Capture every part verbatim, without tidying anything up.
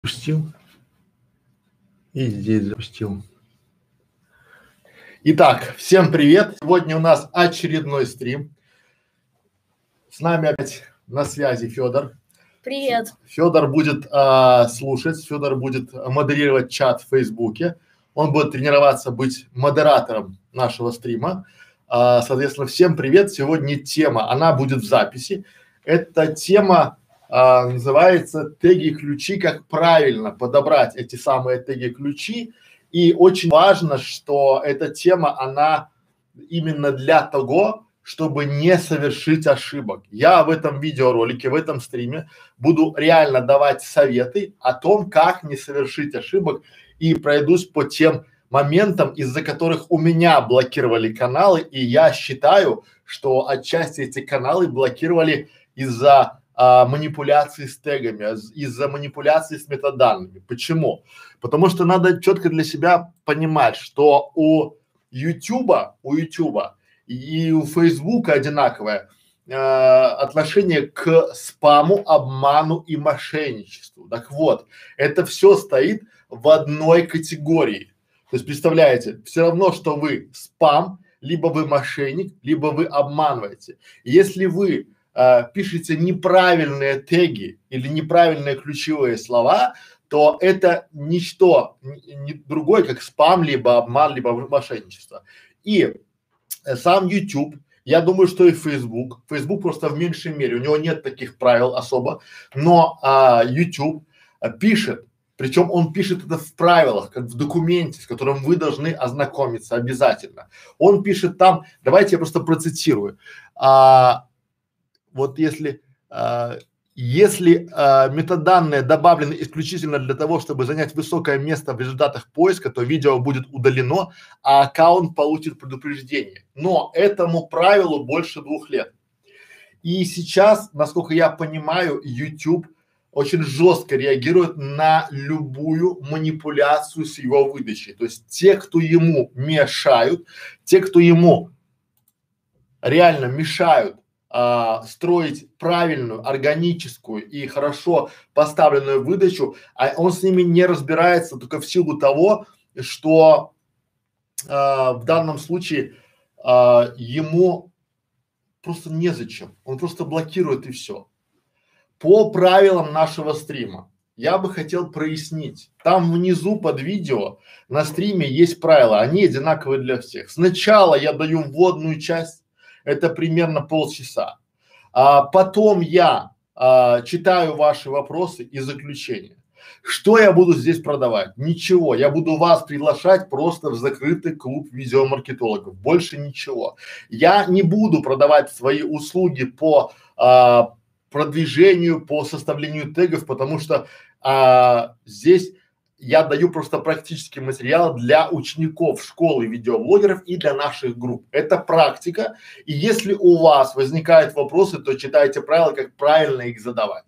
Запустил. И здесь запустил. Итак, всем привет! Сегодня у нас очередной стрим. С нами опять на связи Федор. Привет. Федор будет а, слушать, Федор будет модерировать чат в Фейсбуке. Он будет тренироваться быть модератором нашего стрима. А, соответственно, всем привет! Сегодня тема, она будет в записи. Эта тема а, называется «Теги-ключи. Как правильно подобрать эти самые теги-ключи». И очень важно, что эта тема, она именно для того, чтобы не совершить ошибок. Я в этом видеоролике, в этом стриме буду реально давать советы о том, как не совершить ошибок, и пройдусь по тем моментам, из-за которых у меня блокировали каналы, и я считаю, что отчасти эти каналы блокировали из-за а, манипуляций с тегами, из-за манипуляций с метаданными. Почему? Потому что надо четко для себя понимать, что у Ютуба, у Ютуба и у Фейсбука одинаковое э, отношение к спаму, обману и мошенничеству. Так вот, это все стоит в одной категории. То есть, представляете, все равно, что вы спам, либо вы мошенник, либо вы обманываете. Если вы э, пишете неправильные теги или неправильные ключевые слова, то это ничто не, не другое, как спам, либо обман, либо мошенничество. И э, сам YouTube, я думаю, что и Facebook, Facebook просто в меньшей мере, у него нет таких правил особо, но а, YouTube а, пишет, причем он пишет это в правилах, как в документе, с которым вы должны ознакомиться обязательно. Он пишет там, давайте я просто процитирую, а, вот если а, если а, метаданные добавлены исключительно для того, чтобы занять высокое место в результатах поиска, то видео будет удалено, а аккаунт получит предупреждение. Но этому правилу больше двух лет. И сейчас, насколько я понимаю, YouTube очень жестко реагирует на любую манипуляцию с его выдачей. То есть те, кто ему мешают, те, кто ему реально мешают а, строить правильную, органическую и хорошо поставленную выдачу, а он с ними не разбирается только в силу того, что а, в данном случае а, ему просто незачем, он просто блокирует и все. По правилам нашего стрима я бы хотел прояснить. Там внизу под видео на стриме есть правила, они одинаковые для всех. Сначала я даю вводную часть, это примерно полчаса. А потом я а, читаю ваши вопросы и заключения. Что я буду здесь продавать? Ничего. Я буду вас приглашать просто в закрытый клуб видеомаркетологов. Больше ничего. Я не буду продавать свои услуги по а, продвижению, по составлению тегов, потому что а, здесь я даю просто практический материал для учеников школы видеоблогеров и для наших групп. Это практика, и если у вас возникают вопросы, то читайте правила, как правильно их задавать.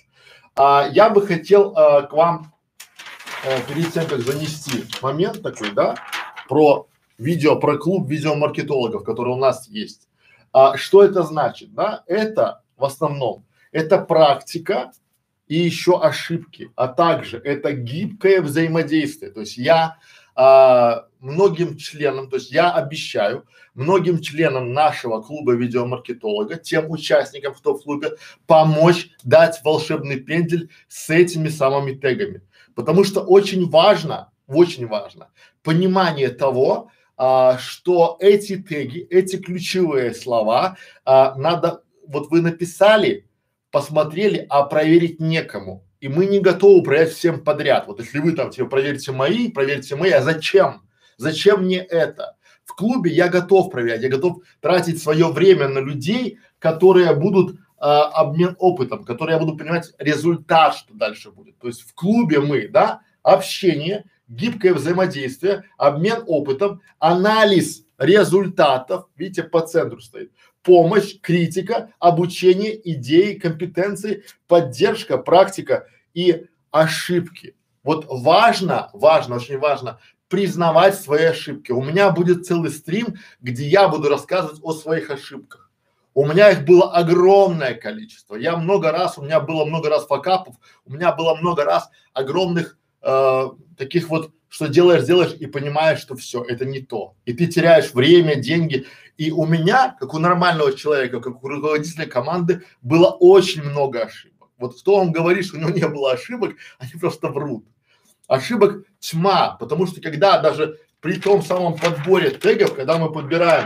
А, я бы хотел а, к вам а, перед тем, как занести момент такой, да, про видео, про клуб видеомаркетологов, который у нас есть. А, что это значит, да? Это в основном, это практика и еще ошибки, а также это гибкое взаимодействие. То есть я а, многим членам, то есть я обещаю многим членам нашего клуба видеомаркетолога, тем участникам в топ-клубе, помочь дать волшебный пендель с этими самыми тегами. Потому что очень важно, очень важно понимание того, а, что эти теги, эти ключевые слова а, надо, вот вы написали, посмотрели, а проверить некому. И мы не готовы проверять всем подряд. Вот если вы там типа проверьте мои, проверьте мои, а зачем? Зачем мне это? В клубе я готов проверять, я готов тратить свое время на людей, которые будут а, обмен опытом, которые я буду понимать результат, что дальше будет. То есть в клубе мы, да, общение, гибкое взаимодействие, обмен опытом, анализ результатов, видите, по центру стоит. Помощь, критика, обучение, идеи, компетенции, поддержка, практика и ошибки. Вот важно, важно, очень важно признавать свои ошибки. У меня будет целый стрим, где я буду рассказывать о своих ошибках. У меня их было огромное количество. Я много раз, у меня было много раз факапов, у меня было много раз огромных э, таких вот, что делаешь, делаешь и понимаешь, что все, это не то. И ты теряешь время, деньги. И у меня, как у нормального человека, как у руководителя команды, было очень много ошибок. Вот кто вам говорит, что у него не было ошибок, они просто врут. Ошибок тьма, потому что когда даже при том самом подборе тегов, когда мы подбираем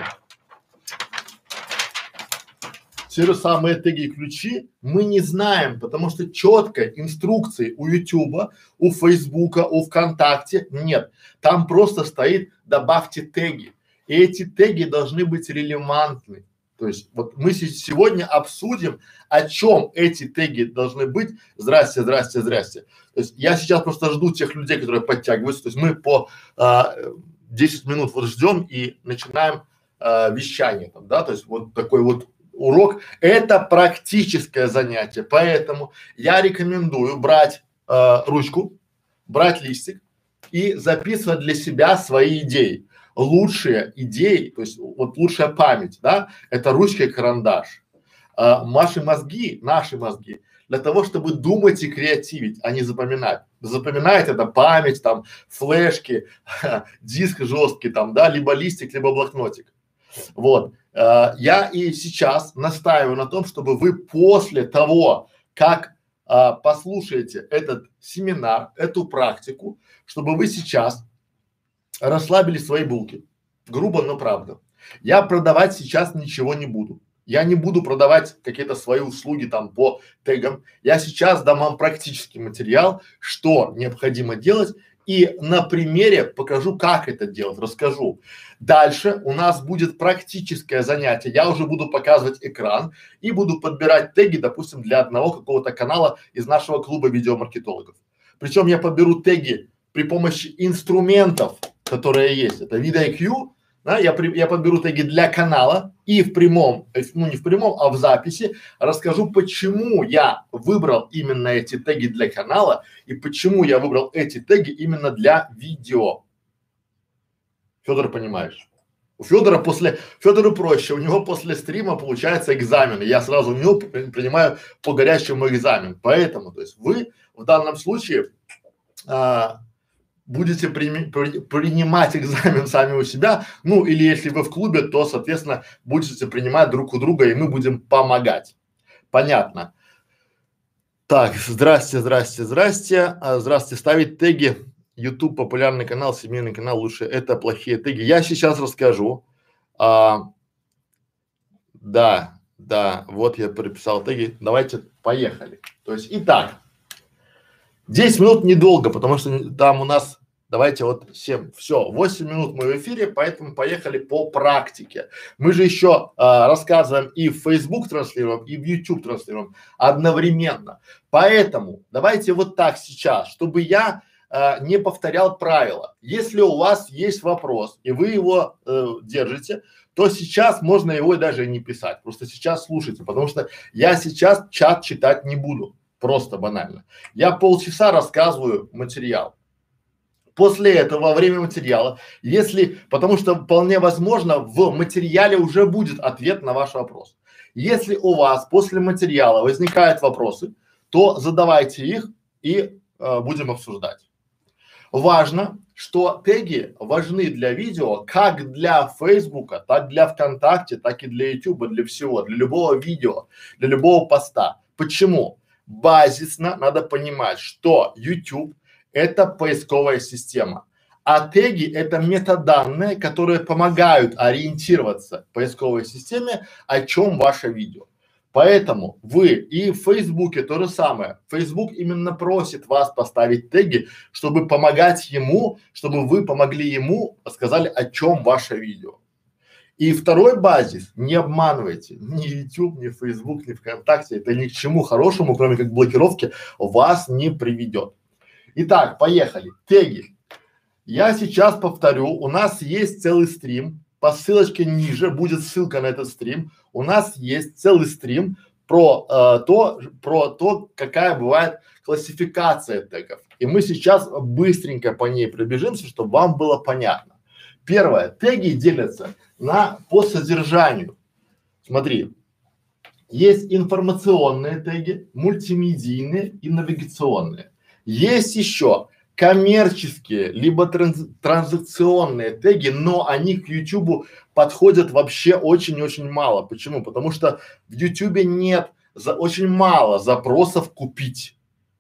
те же самые теги и ключи, мы не знаем, потому что четкой инструкции у Ютуба, у Фейсбука, у ВКонтакте нет. Там просто стоит «добавьте теги». И эти теги должны быть релевантны. То есть вот мы сегодня обсудим, о чем эти теги должны быть. Здрасте, здрасте, здрасте. То есть я сейчас просто жду тех людей, которые подтягиваются. То есть мы по а, десять минут вот ждем и начинаем а, вещание там, да, то есть вот такой вот урок. Это практическое занятие, поэтому я рекомендую брать э, ручку, брать листик и записывать для себя свои идеи. Лучшие идеи, то есть вот лучшая память, да, это ручка и карандаш. А, наши мозги, наши мозги для того, чтобы думать и креативить, а не запоминать. Запоминать это память, там, флешки, диск жесткий, там, да, либо листик, либо блокнотик. Вот. Uh, я и сейчас настаиваю на том, чтобы вы после того, как uh, послушаете этот семинар, эту практику, чтобы вы сейчас расслабили свои булки. Грубо, но правда. Я продавать сейчас ничего не буду. Я не буду продавать какие-то свои услуги там по тегам. Я сейчас дам вам практический материал, что необходимо делать, и на примере покажу, как это делать, расскажу. Дальше у нас будет практическое занятие. Я уже буду показывать экран и буду подбирать теги, допустим, для одного какого-то канала из нашего клуба видеомаркетологов. Причем я подберу теги при помощи инструментов, которые есть. Это VidIQ, да, я, при, я подберу теги для канала и в прямом, ну не в прямом, а в записи расскажу, почему я выбрал именно эти теги для канала и почему я выбрал эти теги именно для видео. Федор, понимаешь? У Федора после, Федору проще, у него после стрима получается экзамен, и я сразу у него принимаю по горячему экзамен. Поэтому, то есть вы в данном случае а, будете при, при, принимать экзамен сами у себя, ну или если вы в клубе, то, соответственно, будете принимать друг у друга, и мы будем помогать. Понятно. Так, здрасте, здрасте, здрасте, а, здрасте, ставить теги. YouTube популярный канал, семейный канал лучше. Это плохие теги. Я сейчас расскажу. А, да, да, вот я прописал теги. Давайте поехали. То есть, итак, десять минут недолго, потому что там у нас, давайте вот семь, все, восемь минут мы в эфире, поэтому поехали по практике. Мы же еще а, рассказываем и в Facebook транслируем, и в YouTube транслируем одновременно. Поэтому давайте вот так сейчас, чтобы я а, не повторял правила. Если у вас есть вопрос и вы его э, держите, то сейчас можно его даже не писать, просто сейчас слушайте, потому что я сейчас чат читать не буду, просто банально. Я полчаса рассказываю материал. После этого, во время материала, если, потому что вполне возможно в материале уже будет ответ на ваш вопрос. Если у вас после материала возникают вопросы, то задавайте их и э, будем обсуждать. Важно, что теги важны для видео как для Фейсбука, так для ВКонтакте, так и для Ютуба, для всего, для любого видео, для любого поста. Почему? Базисно надо понимать, что YouTube – это поисковая система, а теги – это метаданные, которые помогают ориентироваться в поисковой системе, о чем ваше видео. Поэтому вы и в Фейсбуке то же самое. Facebook именно просит вас поставить теги, чтобы помогать ему, чтобы вы помогли ему, сказали, о чем ваше видео. И второй базис, не обманывайте, ни YouTube, ни Facebook, ни ВКонтакте, это ни к чему хорошему, кроме как блокировки, вас не приведет. Итак, поехали. Теги. Я сейчас повторю, у нас есть целый стрим, по ссылочке ниже будет ссылка на этот стрим. У нас есть целый стрим про э, то, про то, какая бывает классификация тегов. И мы сейчас быстренько по ней пробежимся, чтобы вам было понятно. Первое. Теги делятся на по содержанию. Смотри, Есть информационные теги, мультимедийные и навигационные. Есть еще коммерческие, либо транз, транзакционные теги, но они к Ютубу подходят вообще очень-очень мало. Почему? Потому что в Ютубе нет за, очень мало запросов купить.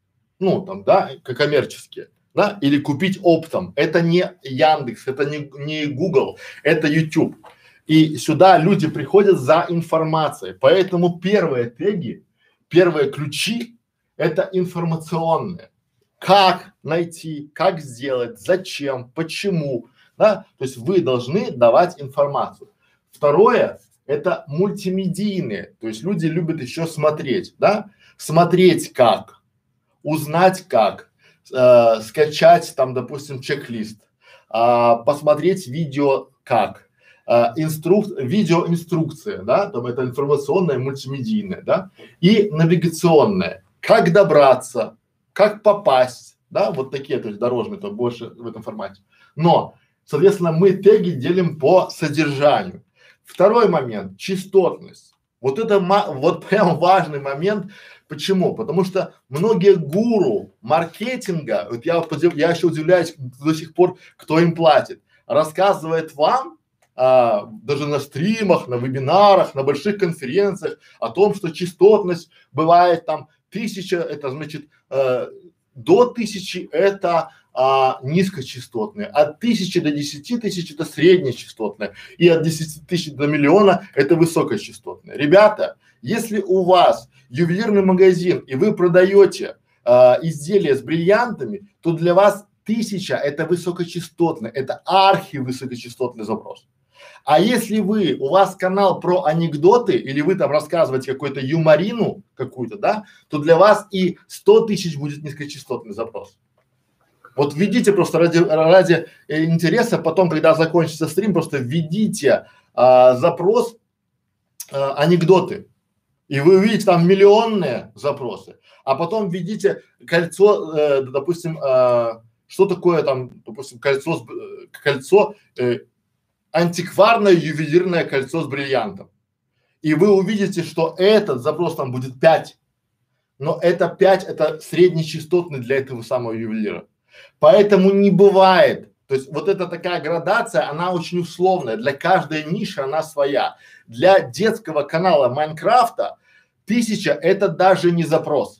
Ну, там, да, коммерческие, да, или купить оптом. Это не Яндекс, это не, не Google, это YouTube. И сюда люди приходят за информацией. Поэтому первые теги, первые ключи – это информационные. Как найти, как сделать, зачем, почему, да? То есть вы должны давать информацию. Второе – это мультимедийные. То есть люди любят еще смотреть, да? Смотреть как, узнать как, э, скачать там, допустим, чек-лист, э, посмотреть видео как. Uh, инструк... видеоинструкция, да, там это информационная, мультимедийная, да, и навигационная. Как добраться, как попасть, да, вот такие, то есть дорожные, то больше в этом формате. Но, соответственно, мы теги делим по содержанию. Второй момент – частотность. Вот это вот прям важный момент. Почему? Потому что многие гуру маркетинга, вот я, я еще удивляюсь до сих пор, кто им платит, рассказывает вам, А, даже на стримах, на вебинарах, на больших конференциях о том, что частотность бывает там тысяча, это значит э, до тысячи это а, низкочастотные, от тысячи до десяти тысяч это среднечастотные и от десяти тысяч до миллиона это высокочастотные. Ребята, если у вас ювелирный магазин и вы продаете а, изделия с бриллиантами, то для вас тысяча это высокочастотный, это архивысокочастотный запрос. А если вы, у вас канал про анекдоты или вы там рассказываете какую-то юморину какую-то, да, то для вас и сто тысяч будет низкочастотный запрос. Вот введите просто ради, ради э, интереса, потом, когда закончится стрим, просто введите а, запрос а, анекдоты. И вы увидите там миллионные запросы. А потом введите кольцо, э, допустим, э, что такое там, допустим, кольцо, с, э, кольцо, э, антикварное ювелирное кольцо с бриллиантом. И вы увидите, что этот запрос там будет пять, но это пять это среднечастотный для этого самого ювелира. Поэтому не бывает, то есть вот эта такая градация, она очень условная, для каждой ниши она своя. Для детского канала Майнкрафта тысяча это даже не запрос.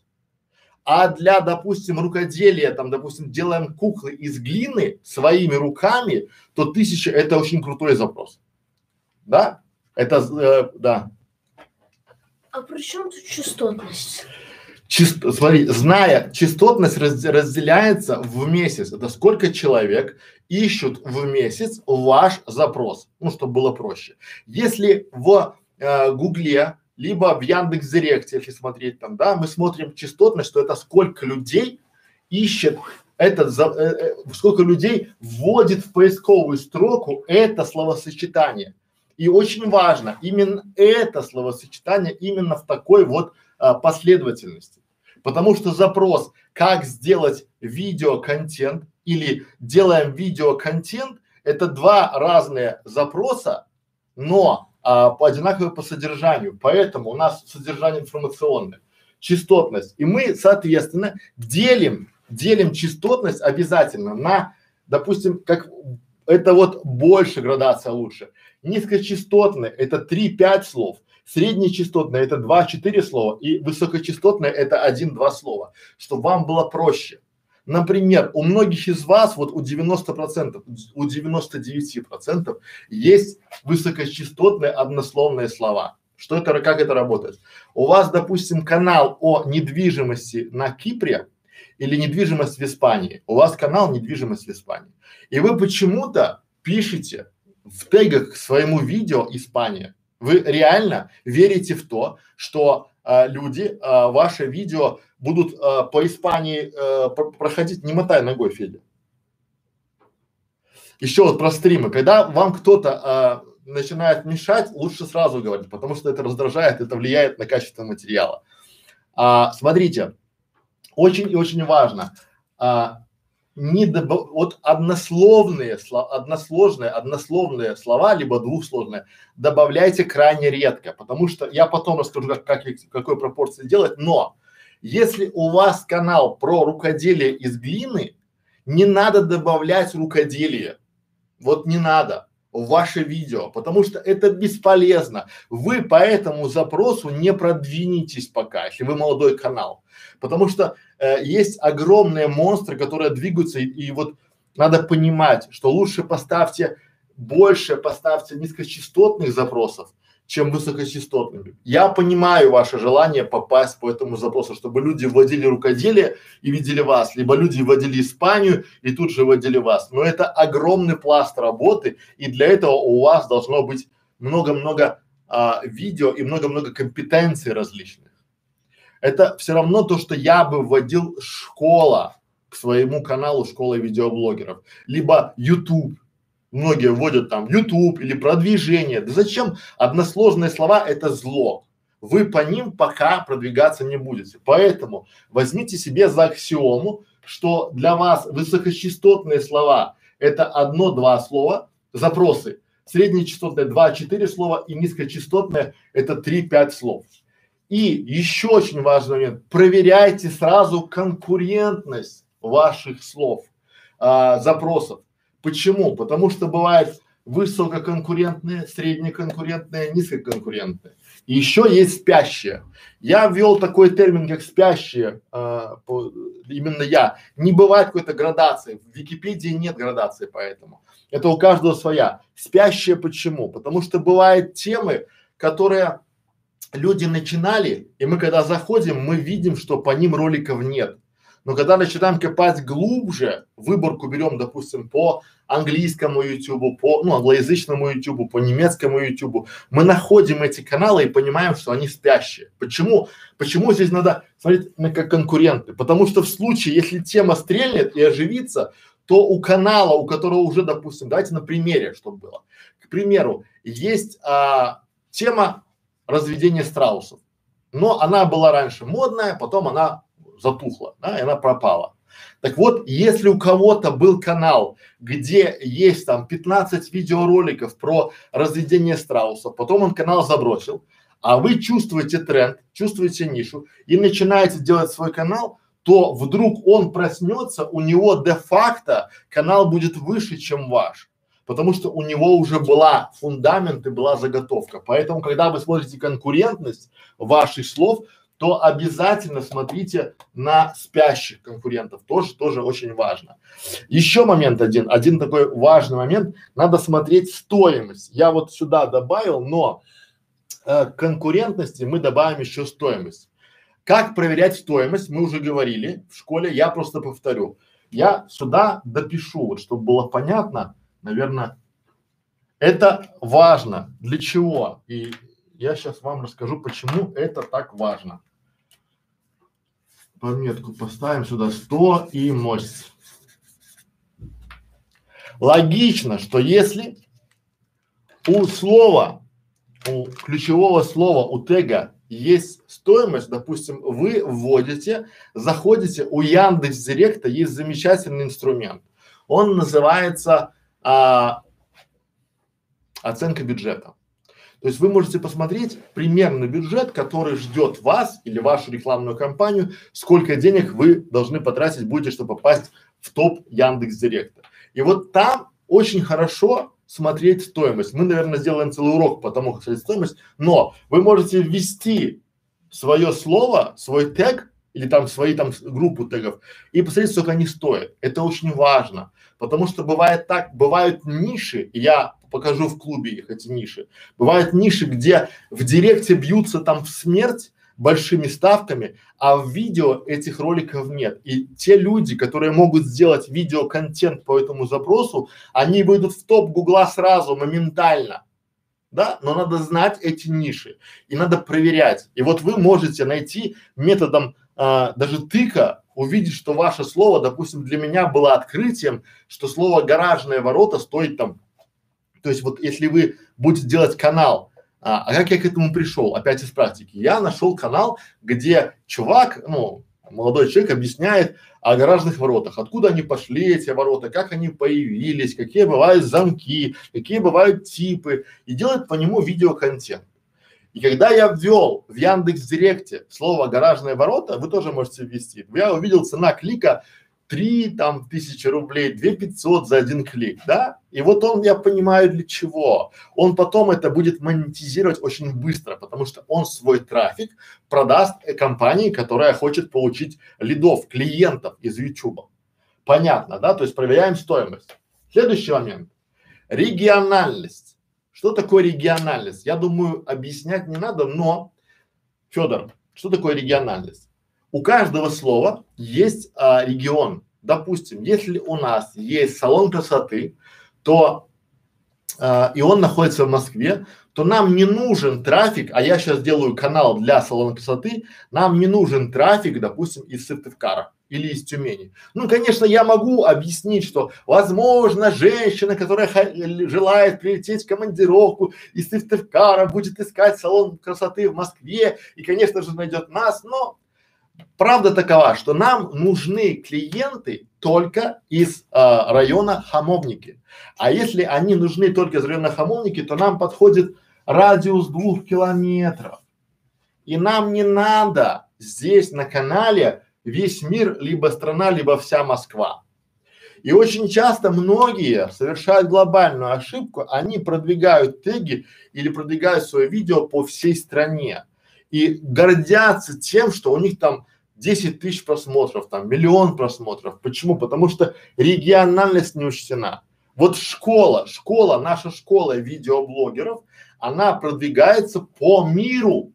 А для, допустим, рукоделия, там, допустим, делаем куклы из глины своими руками, то тысяча это очень крутой запрос. Да? Это, э, да. А при чем тут частотность? Чист, смотри, зная, частотность раз, разделяется в месяц. Это сколько человек ищут в месяц ваш запрос, ну, чтобы было проще. Если в э, Гугле либо в Яндекс.Директе, если смотреть там, да, мы смотрим частотность, что это сколько людей ищет этот, за, э, э, сколько людей вводит в поисковую строку это словосочетание. И очень важно именно это словосочетание именно в такой вот а, последовательности. Потому что запрос, как сделать видеоконтент или делаем видеоконтент, это два разные запроса, но а, по одинаково по содержанию. Поэтому у нас содержание информационное, частотность. И мы, соответственно, делим, делим частотность обязательно на, допустим, как это вот больше градация лучше. Низкочастотное это три-пять слов, среднечастотное это два-четыре слова и высокочастотное это один-два слова, чтобы вам было проще. Например, у многих из вас, вот у девяноста процентов, у девяноста девяти процентов есть высокочастотные однословные слова. Что это, как это работает? У вас, допустим, канал о недвижимости на Кипре или недвижимость в Испании. У вас канал недвижимость в Испании. И вы почему-то пишете в тегах к своему видео Испания. Вы реально верите в то, что а, люди а, ваше видео будут а, по Испании а, про проходить, не мотай ногой, Федя. Еще вот про стримы. Когда вам кто-то а, начинает мешать, лучше сразу говорить, потому что это раздражает, это влияет на качество материала. А, смотрите, очень и очень важно. А, не добав... вот однословные, слова, односложные, однословные слова, либо двухсложные, добавляйте крайне редко, потому что я потом расскажу, как, как в какой пропорции делать, но если у вас канал про рукоделие из глины, не надо добавлять рукоделие, вот не надо в ваше видео, потому что это бесполезно. Вы по этому запросу не продвинетесь пока, если вы молодой канал, потому что э, есть огромные монстры, которые двигаются, и, и вот надо понимать, что лучше поставьте больше, поставьте низкочастотных запросов, чем высокочастотными. Я понимаю ваше желание попасть по этому запросу, чтобы люди вводили рукоделие и видели вас, либо люди вводили Испанию и тут же вводили вас. Но это огромный пласт работы, и для этого у вас должно быть много-много а, видео и много-много компетенций различных. Это все равно то, что я бы вводил школа к своему каналу, школа видеоблогеров, либо YouTube. Многие вводят там YouTube или продвижение. Да зачем? Односложные слова – это зло. Вы по ним пока продвигаться не будете. Поэтому возьмите себе за аксиому, что для вас высокочастотные слова – это одно-два слова, запросы, среднечастотные два-четыре слова и низкочастотные – это три-пять слов. И еще очень важный момент – проверяйте сразу конкурентность ваших слов, а, запросов. Почему? Потому что бывает высококонкурентные, среднеконкурентные, низкоконкурентные. И еще есть спящие. Я ввел такой термин, как спящие, э, по, именно я. Не бывает какой-то градации. В Википедии нет градации поэтому. Это у каждого своя. Спящие почему? Потому что бывают темы, которые люди начинали, и мы когда заходим, мы видим, что по ним роликов нет. Но когда начинаем копать глубже, выборку берем, допустим, по английскому ютубу, по, ну, англоязычному ютубу, по немецкому ютубу, мы находим эти каналы и понимаем, что они спящие. Почему? Почему здесь надо смотреть на как конкуренты? Потому что в случае, если тема стрельнет и оживится, то у канала, у которого уже, допустим, давайте на примере, чтобы было. К примеру, есть а, тема разведения страусов, но она была раньше модная, потом она затухла, да, и она пропала. Так вот, если у кого-то был канал, где есть там пятнадцать видеороликов про разведение страусов, потом он канал забросил, а вы чувствуете тренд, чувствуете нишу и начинаете делать свой канал, то вдруг он проснется, у него де-факто канал будет выше, чем ваш. Потому что у него уже была фундамент и была заготовка. Поэтому, когда вы смотрите конкурентность ваших слов, то обязательно смотрите на спящих конкурентов, тоже, тоже очень важно. Еще момент один, один такой важный момент, надо смотреть стоимость. Я вот сюда добавил, но э, к конкурентности мы добавим еще стоимость. Как проверять стоимость, мы уже говорили в школе, я просто повторю. Я сюда допишу, вот, чтобы было понятно, наверное, это важно. Для чего? И я сейчас вам расскажу, почему это так важно. Пометку поставим сюда сто и мощь. Логично, что если у слова, у ключевого слова, у тега есть стоимость, допустим, вы вводите, заходите, у Яндекс.Директа есть замечательный инструмент. Он называется а, оценка бюджета. То есть вы можете посмотреть примерный бюджет, который ждет вас или вашу рекламную кампанию, сколько денег вы должны потратить будете, чтобы попасть в топ Яндекс.Директа. И вот там очень хорошо смотреть стоимость. Мы, наверное, сделаем целый урок по тому, как смотреть стоимость, но вы можете ввести свое слово, свой тег или там свои там группу тегов и посмотреть, сколько они стоят. Это очень важно, потому что бывает так, бывают ниши, и я покажу в клубе их эти ниши. Бывают ниши, где в директе бьются там в смерть большими ставками, а в видео этих роликов нет. И те люди, которые могут сделать видеоконтент по этому запросу, они выйдут в топ Гугла сразу, моментально. Да, но надо знать эти ниши и надо проверять. И вот вы можете найти методом а, даже тыка, увидеть, что ваше слово, допустим, для меня было открытием, что слово гаражные ворота стоит там. То есть вот если вы будете делать канал, а, а как я к этому пришел, опять из практики, я нашел канал, где чувак, ну, молодой человек объясняет о гаражных воротах, откуда они пошли, эти ворота, как они появились, какие бывают замки, какие бывают типы, и делает по нему видеоконтент. И когда я ввел в Яндекс.Директе слово «гаражные ворота», вы тоже можете ввести, я увидел цена клика три там тысячи рублей, две пятьсот за один клик, да? И вот он, я понимаю, для чего. Он потом это будет монетизировать очень быстро, потому что он свой трафик продаст компании, которая хочет получить лидов, клиентов из YouTube. Понятно, да? То есть проверяем стоимость. Следующий момент. Региональность. Что такое региональность? Я думаю, объяснять не надо, но, Федор, что такое региональность? У каждого слова есть а, регион. Допустим, если у нас есть салон красоты, то а, и он находится в Москве, то нам не нужен трафик, а я сейчас делаю канал для салона красоты, нам не нужен трафик, допустим, из Сыктывкара или из Тюмени. Ну, конечно, я могу объяснить, что, возможно, женщина, которая желает прилететь в командировку из Сыктывкара, будет искать салон красоты в Москве и, конечно же, найдет нас, но правда такова, что нам нужны клиенты только из а, района Хамовники. А если они нужны только из района Хамовники, то нам подходит радиус двух километров. И нам не надо здесь на канале весь мир, либо страна, либо вся Москва. И очень часто многие совершают глобальную ошибку, они продвигают теги или продвигают свое видео по всей стране. И гордятся тем, что у них там десять тысяч просмотров, там миллион просмотров. Почему? Потому что региональность не учтена. Вот школа, школа, наша школа видеоблогеров, она продвигается по миру.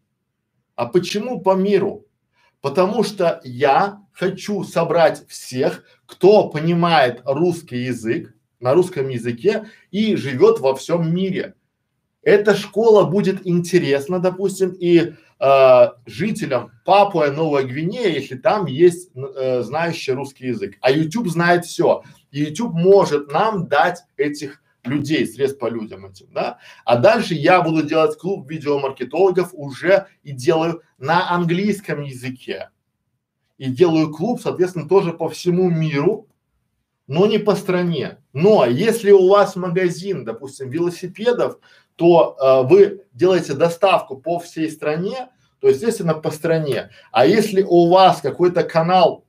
А почему по миру? Потому что я хочу собрать всех, кто понимает русский язык, на русском языке и живет во всем мире. Эта школа будет интересна, допустим, и э, жителям Папуа Новой Гвинеи, если там есть э, знающий русский язык. А YouTube знает все. И YouTube может нам дать этих людей, средств по людям этим, да. А дальше я буду делать клуб видеомаркетологов уже и делаю на английском языке. И делаю клуб, соответственно, тоже по всему миру, но не по стране. Но если у вас магазин, допустим, велосипедов, то э, вы делаете доставку по всей стране, то естественно по стране. А если у вас какой-то канал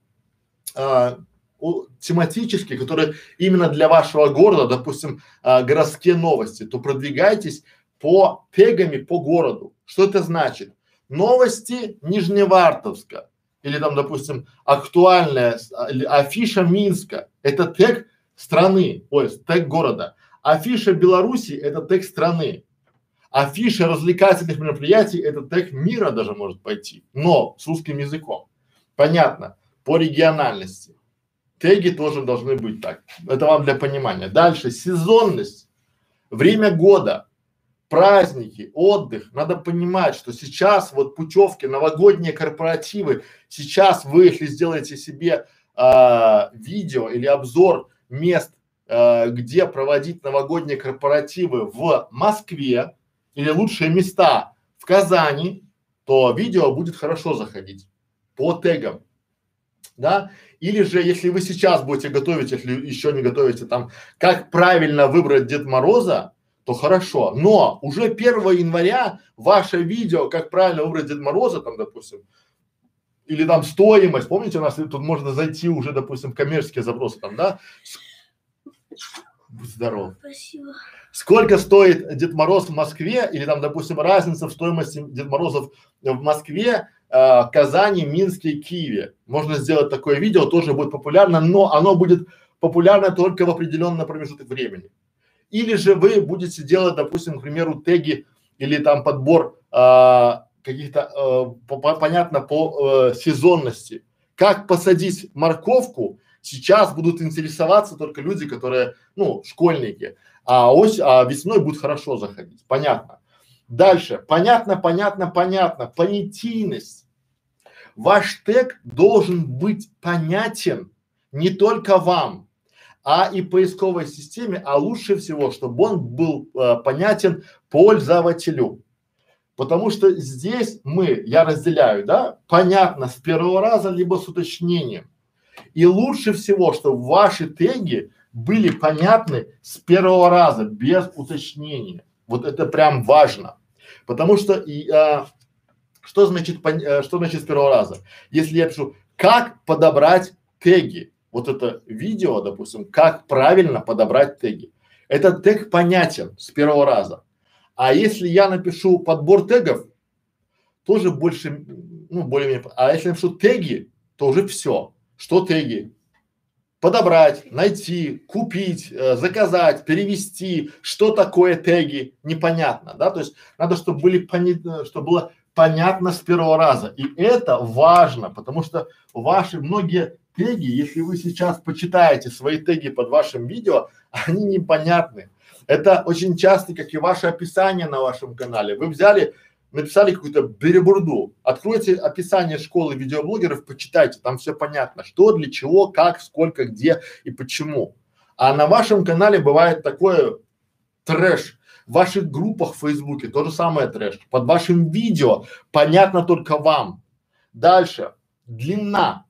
э, у, тематический, который именно для вашего города, допустим, э, городские новости, то продвигайтесь по тегами по городу. Что это значит? Новости Нижневартовска или там, допустим, актуальная афиша Минска – это тег страны, ой, тег города. Афиша Беларуси – это тег страны. Афиша развлекательных мероприятий – это тег мира даже может пойти, но с русским языком. Понятно, по региональности. Теги тоже должны быть так. Это вам для понимания. Дальше, сезонность, время года, праздники, отдых. Надо понимать, что сейчас вот путевки, новогодние корпоративы, сейчас вы, если сделаете себе а, видео или обзор мест, а, где проводить новогодние корпоративы в Москве или лучшие места в Казани, то видео будет хорошо заходить по тегам, да. Или же, если вы сейчас будете готовить, если еще не готовите там, как правильно выбрать Дед Мороза, то хорошо. Но уже первого января ваше видео, как правильно выбрать Дед Мороза, там, допустим, или там стоимость, помните, у нас тут можно зайти уже, допустим, в коммерческие запросы там, да? Будь здоров. Спасибо. Сколько стоит Дед Мороз в Москве, или там, допустим, разница в стоимости Дед Морозов в Москве, э, Казани, Минске и Киеве. Можно сделать такое видео, тоже будет популярно, но оно будет популярно только в определенный промежуток времени. Или же вы будете делать, допустим, к примеру, теги или там подбор а, каких-то, а, по, по, понятно, по а, сезонности. Как посадить морковку, сейчас будут интересоваться только люди, которые, ну, школьники, а ось, а весной будет хорошо заходить. Понятно. Дальше. Понятно, понятно, понятно. Понятийность. Ваш тег должен быть понятен не только вам, а и поисковой системе, а лучше всего, чтобы он был э, понятен пользователю. Потому что здесь мы, я разделяю, да, понятно с первого раза, либо с уточнением. И лучше всего, чтобы ваши теги были понятны с первого раза, без уточнения. Вот это прям важно. Потому что, и, а, что значит, пон, а, что значит с первого раза? Если я пишу, как подобрать теги, вот это видео, допустим, как правильно подобрать теги. Этот тег понятен с первого раза. А если я напишу подбор тегов, тоже больше, ну, более-менее. А если я напишу теги, то уже все. Что теги? Подобрать, найти, купить, э, заказать, перевести. Что такое теги? Непонятно, да? То есть надо, чтобы были понятно, чтобы было понятно с первого раза. И это важно, потому что ваши многие теги, если вы сейчас почитаете свои теги под вашим видео, они непонятны. Это очень часто, как и ваше описание на вашем канале. Вы взяли, написали какую-то беребурду. Откройте описание школы видеоблогеров, почитайте, там все понятно, что, для чего, как, сколько, где и почему. А на вашем канале бывает такое трэш. В ваших группах в Фейсбуке то же самое трэш. Под вашим видео понятно только вам. Дальше. Длина.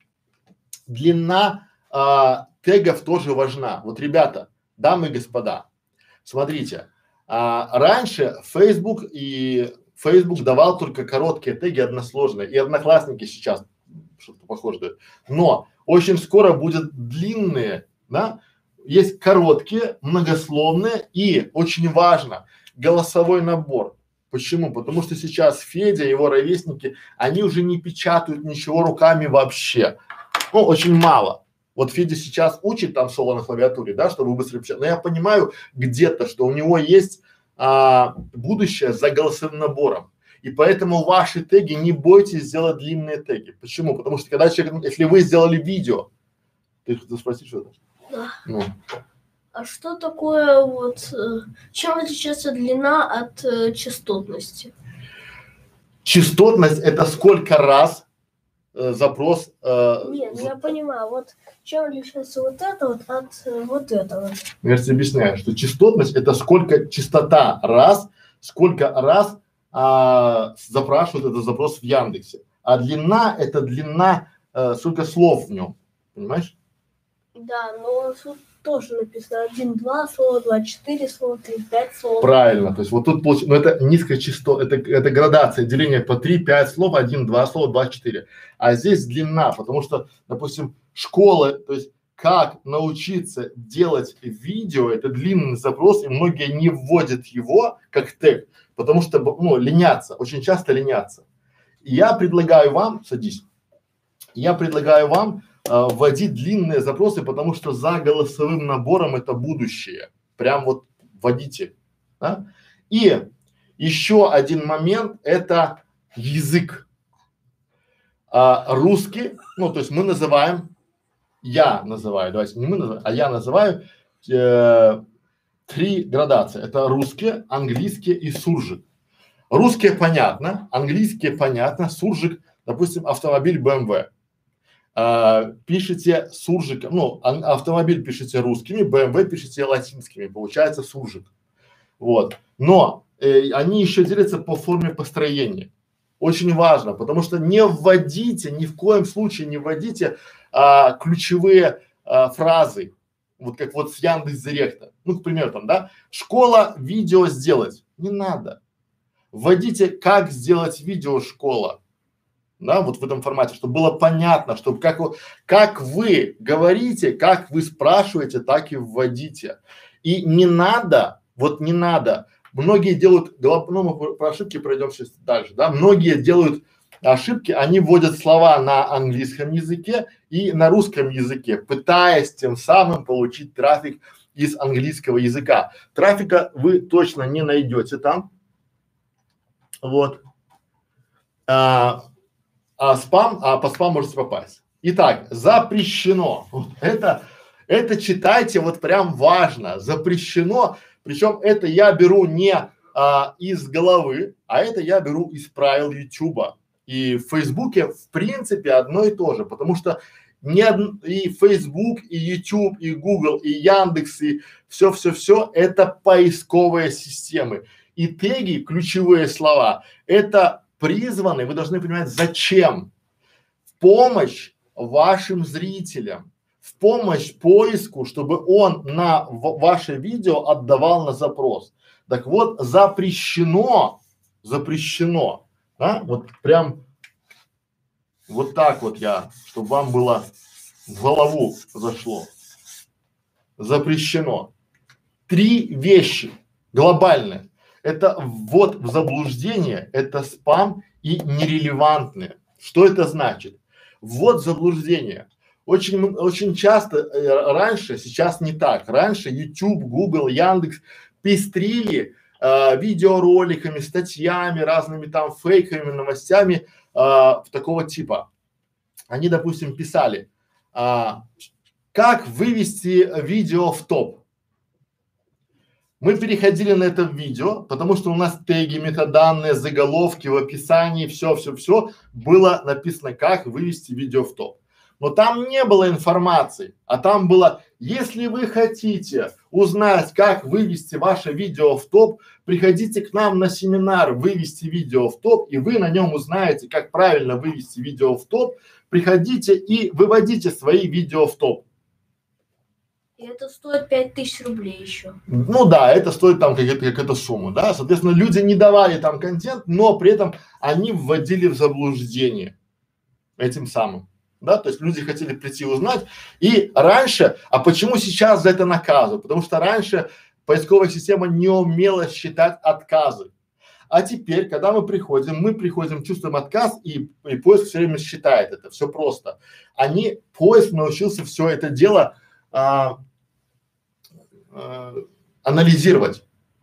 Длина а, тегов тоже важна. Вот, ребята, дамы и господа, смотрите, а, раньше Facebook и Facebook давал только короткие теги односложные, и Одноклассники сейчас что-то похожее дают. Но очень скоро будут длинные, да, есть короткие, многословные и очень важно голосовой набор. Почему? Потому что сейчас Федя и его ровесники, они уже не печатают ничего руками вообще. Ну, очень мало. Вот Федя сейчас учит там соло на клавиатуре, да, чтобы быстро печатать. Но я понимаю где-то, что у него есть а, будущее за голосовым набором. И поэтому ваши теги, не бойтесь сделать длинные теги. Почему? Потому что когда человек, если вы сделали видео, ты хотел спросить что-то? Да. Ну. А что такое вот, э, чем отличается длина от э, частотности? Частотность – это сколько раз э, запрос… Э, Нет, за... я понимаю, вот чем отличается вот это вот от э, вот этого. Я тебе объясняю, что частотность – это сколько частота раз, сколько раз а, запрашивают этот запрос в Яндексе. А длина – это длина, э, сколько слов в нем, понимаешь? Да, но тут тоже написано один-два слова, два-четыре слова, три-пять слов. Правильно, то есть вот тут получается, но это низкая частота, это, это градация, деление по три-пять слов, один-два слова, два-четыре. А здесь длина, потому что, допустим, школа, то есть как научиться делать видео, это длинный запрос, и многие не вводят его как тег, потому что, ну, ленятся, очень часто ленятся. И я предлагаю вам, садись, я предлагаю вам а, вводить длинные запросы, потому что за голосовым набором это будущее. Прям вот вводите. Да? И еще один момент – это язык. А, русский, ну то есть мы называем, я называю, давайте не мы называем, а я называю э, три градации. Это русский, английский и суржик. Русский понятно, английский понятно, суржик, допустим, автомобиль бэ эм вэ. А, пишите суржиком, ну, ан, автомобиль пишите русскими, бэ эм вэ пишите латинскими, получается суржик. Вот. Но э, они еще делятся по форме построения. Очень важно, потому что не вводите, ни в коем случае не вводите а, ключевые а, фразы, вот как вот с Яндекс.Директа. Ну, к примеру, там, да, школа видео сделать. Не надо. Вводите, как сделать видео школа. Да, вот в этом формате, чтобы было понятно, чтобы как, как вы говорите, как вы спрашиваете, так и вводите. И не надо, вот не надо, многие делают, ну мы про ошибки пройдем сейчас дальше, да, многие делают ошибки, они вводят слова на английском языке и на русском языке, пытаясь тем самым получить трафик из английского языка. Трафика вы точно не найдете там, вот. А, А спам, а по спам можете попасть. Итак, запрещено. Вот это, это читайте, вот прям важно. Запрещено. Причем это я беру не а, из головы, а это я беру из правил Ютуба. И в Фейсбуке в принципе одно и то же, потому что не од... и Facebook, и YouTube, и Google, и Яндекс, и все-все-все это поисковые системы. И теги, ключевые слова, это призваны, вы должны понимать, зачем. В помощь вашим зрителям, в помощь поиску, чтобы он на в, ваше видео отдавал на запрос. Так вот, запрещено, запрещено, да, вот прям вот так вот я, чтобы вам было в голову зашло. Запрещено. Три вещи глобальные. Это ввод в заблуждение, это спам и нерелевантные. Что это значит? Ввод в заблуждение. Очень, очень часто э, раньше, сейчас не так. Раньше YouTube, Google, Яндекс пестрили э, видеороликами, статьями, разными там фейковыми новостями э, в такого типа. Они, допустим, писали, а, как вывести видео в топ. Мы переходили на это видео, потому что у нас теги, метаданные, заголовки в описании, все, все, все было написано, как вывести видео в топ. Но там не было информации, а там было, если вы хотите узнать, как вывести ваше видео в топ, приходите к нам на семинар «Вывести видео в топ», и вы на нем узнаете, как правильно вывести видео в топ. Приходите и выводите свои видео в топ. И это стоит пять тысяч рублей еще. Ну да, это стоит там какая-то какая-то сумма, да. Соответственно, люди не давали там контент, но при этом они вводили в заблуждение этим самым, да. То есть люди хотели прийти узнать. И раньше, а почему сейчас за это наказывают? Потому что раньше поисковая система не умела считать отказы. А теперь, когда мы приходим, мы приходим, чувствуем отказ, и, и поиск все время считает это. Все просто. Они, поиск научился все это дело а, а, анализировать.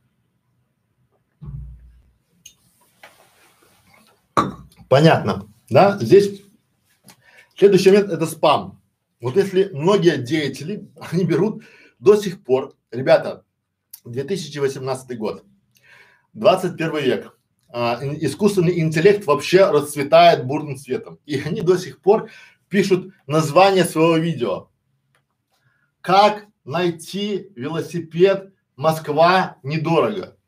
Понятно, да? Здесь следующий момент – это спам. Вот если многие деятели, они берут до сих пор, ребята, две тысячи восемнадцатый год, двадцать первый век, а, искусственный интеллект вообще расцветает бурным цветом, и они до сих пор пишут название своего видео. Как найти велосипед Москва недорого?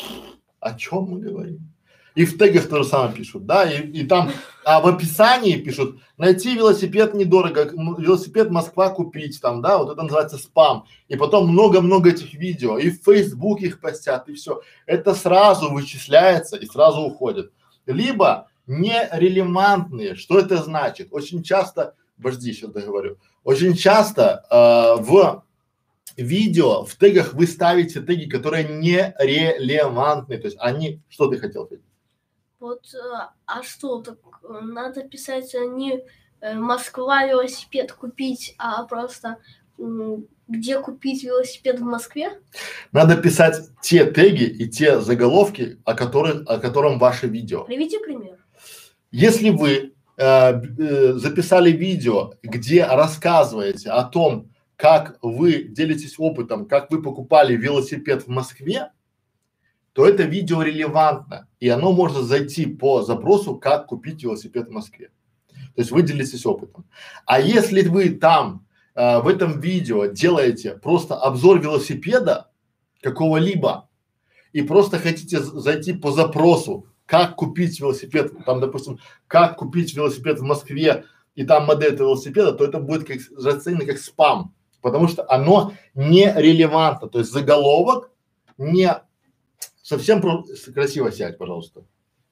О чем мы говорим? И в тегах то же самое пишут, да, и, и там, а в описании пишут найти велосипед недорого, велосипед Москва купить там, да, вот это называется спам. И потом много-много этих видео, и в Facebook их постят, и все. Это сразу вычисляется и сразу уходит. Либо нерелевантные. Что это значит? Очень часто, подожди, сейчас договорю. Очень часто э, в видео, в тегах вы ставите теги, которые нерелевантны. То есть они, что ты хотел сказать? Вот, а что, так надо писать не э, Москва велосипед купить, а просто м, где купить велосипед в Москве? Надо писать те теги и те заголовки, о которых, о котором ваше видео. Приведи пример. Если вы э, э, записали видео, где рассказываете о том, как вы делитесь опытом, как вы покупали велосипед в Москве, то это видео релевантно, и оно можно зайти по запросу, как купить велосипед в Москве. То есть вы делитесь опытом. А если вы там э, в этом видео делаете просто обзор велосипеда какого-либо и просто хотите зайти по запросу, как купить велосипед, там, допустим, как купить велосипед в Москве, и там модель этого велосипеда, то это будет как расценено как спам, потому что оно не релевантно. То есть заголовок не совсем про... красиво сядь, пожалуйста.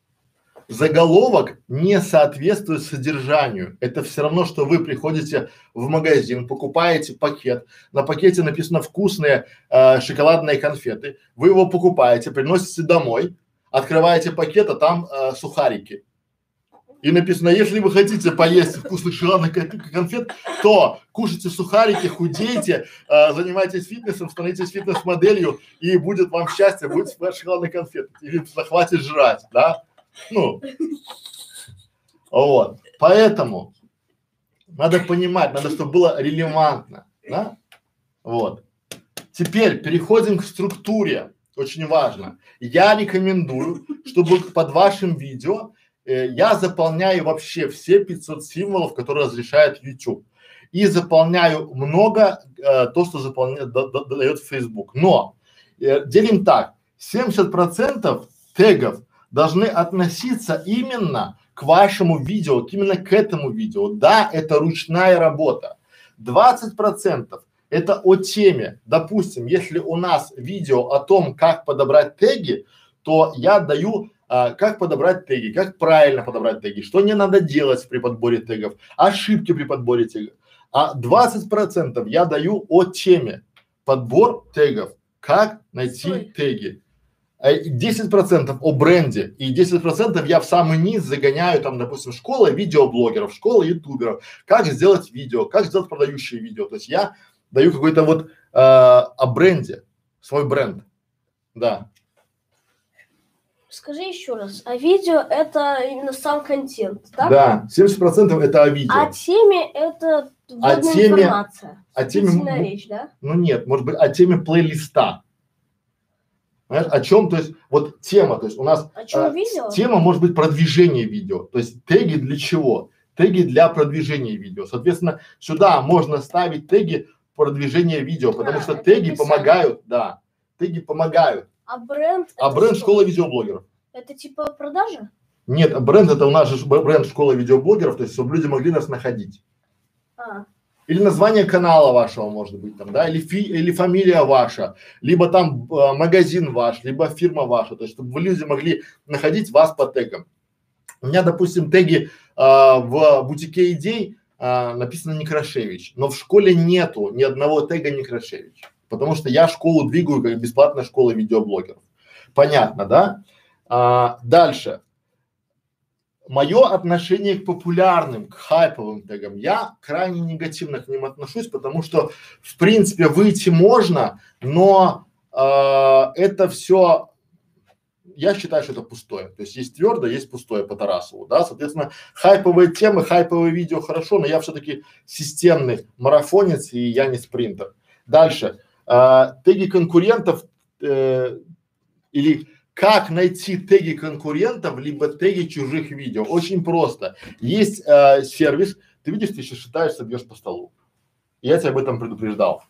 Заголовок не соответствует содержанию. Это все равно, что вы приходите в магазин, покупаете пакет, на пакете написано вкусные э, шоколадные конфеты, вы его покупаете, приносите домой, открываете пакет, а там э, сухарики. И написано, если вы хотите поесть вкусных шоколадных конфет, то кушайте сухарики, худейте, э, занимайтесь фитнесом, становитесь фитнес-моделью, и будет вам счастье, будет шоколадные конфеты. Или захватит жрать, да? Ну, вот. Поэтому надо понимать, надо, чтобы было релевантно, да? Вот. Теперь переходим к структуре. Очень важно. Я рекомендую, чтобы под вашим видео э, я заполняю вообще все пятьсот символов, которые разрешает YouTube. И заполняю много э, то, что заполняет, да, да, дает Facebook. Но э, делим так. семьдесят процентов тегов должны относиться именно к вашему видео, именно к этому видео. Да, это ручная работа. двадцать процентов это о теме. Допустим, если у нас видео о том, как подобрать теги, то я даю, а, как подобрать теги, как правильно подобрать теги, что не надо делать при подборе тегов, ошибки при подборе тегов. А двадцать процентов я даю о теме, подбор тегов, как найти Стой. теги. десять процентов о бренде и десять процентов я в самый низ загоняю там, допустим, школа видеоблогеров, школа ютуберов, как сделать видео, как сделать продающее видео. То есть я даю какой-то вот э, о бренде, свой бренд, да. Скажи еще раз, а видео это именно сам контент, так? Да, семьдесят процентов это о видео. А теме это О вводная теме- информация, о теме вступительная м- речь, да? Ну нет, может быть, о теме плейлиста. Знаешь, о чем, то есть, вот тема, то есть у нас О чем а, видео? тема может быть продвижение видео, то есть теги для чего? Теги для продвижения видео. Соответственно, сюда можно ставить теги продвижения видео, потому А, что это теги описание. помогают, да, теги помогают. А бренд А это бренд что? школа видеоблогеров. Это типа продажа? Нет, бренд это у нас же б- бренд школа видеоблогеров, то есть чтобы люди могли нас находить. А, Или название канала вашего может быть там, да, или фи, или фамилия ваша, либо там э, магазин ваш, либо фирма ваша, то есть чтобы вы люди могли находить вас по тегам. У меня, допустим, теги а, в бутике идей а, написано Некрашевич, но в школе нету ни одного тега Некрашевич, потому что я школу двигаю как бесплатная школа видеоблогеров. Понятно, да? А, дальше. Мое отношение к популярным, к хайповым тегам, я крайне негативно к ним отношусь, потому что в принципе выйти можно, но а, это все, я считаю, что это пустое. То есть есть твердое, есть пустое по Тарасову, да, соответственно, хайповые темы, хайповые видео хорошо, но я все-таки системный марафонец и я не спринтер. Дальше, а, теги конкурентов э, или как найти теги конкурентов, либо теги чужих видео. Очень просто. Есть э, сервис, ты видишь, ты сейчас считаешься, бьешь по столу. Я тебя об этом предупреждал.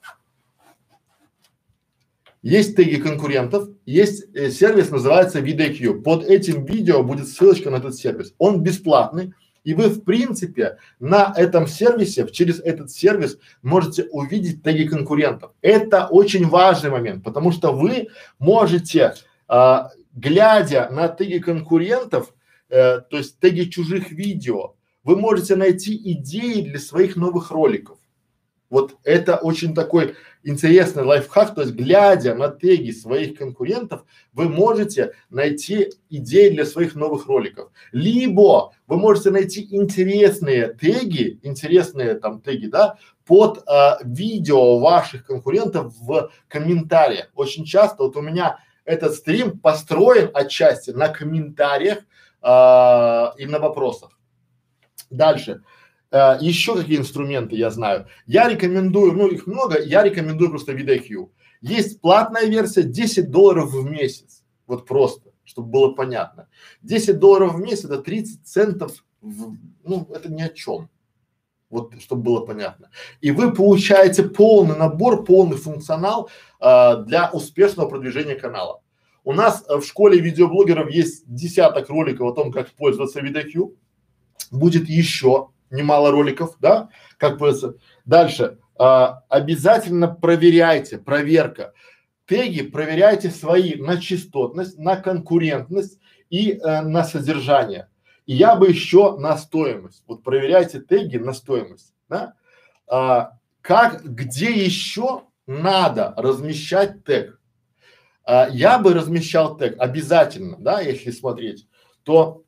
Есть теги конкурентов, есть э, сервис, называется VidIQ. Под этим видео будет ссылочка на этот сервис. Он бесплатный, и вы в принципе на этом сервисе, через этот сервис можете увидеть теги конкурентов. Это очень важный момент, потому что вы можете, а, глядя на теги конкурентов, э, то есть теги чужих видео, вы можете найти идеи для своих новых роликов. Вот это очень такой интересный лайфхак, то есть глядя на теги своих конкурентов, вы можете найти идеи для своих новых роликов. Либо вы можете найти интересные теги, интересные там теги, да, под а, видео ваших конкурентов в комментариях. Очень часто вот у меня этот стрим построен отчасти на комментариях а, и на вопросах. Дальше. Uh, еще какие инструменты я знаю? Я рекомендую, ну их много, я рекомендую просто VidIQ. Есть платная версия, десять долларов в месяц. Вот просто, чтобы было понятно. десять долларов в месяц это тридцать центов, в, ну это ни о чем. Вот, чтобы было понятно. И вы получаете полный набор, полный функционал а, для успешного продвижения канала. У нас а, в школе видеоблогеров есть десяток роликов о том, как пользоваться VidIQ. Будет еще немало роликов, да, как пользоваться. Дальше, а, обязательно проверяйте, проверка. Теги проверяйте свои на частотность, на конкурентность и э, на содержание. И я бы еще на стоимость. Вот проверяйте теги на стоимость, да. А, как, где еще надо размещать тег? А, я бы размещал тег обязательно, да, если смотреть, то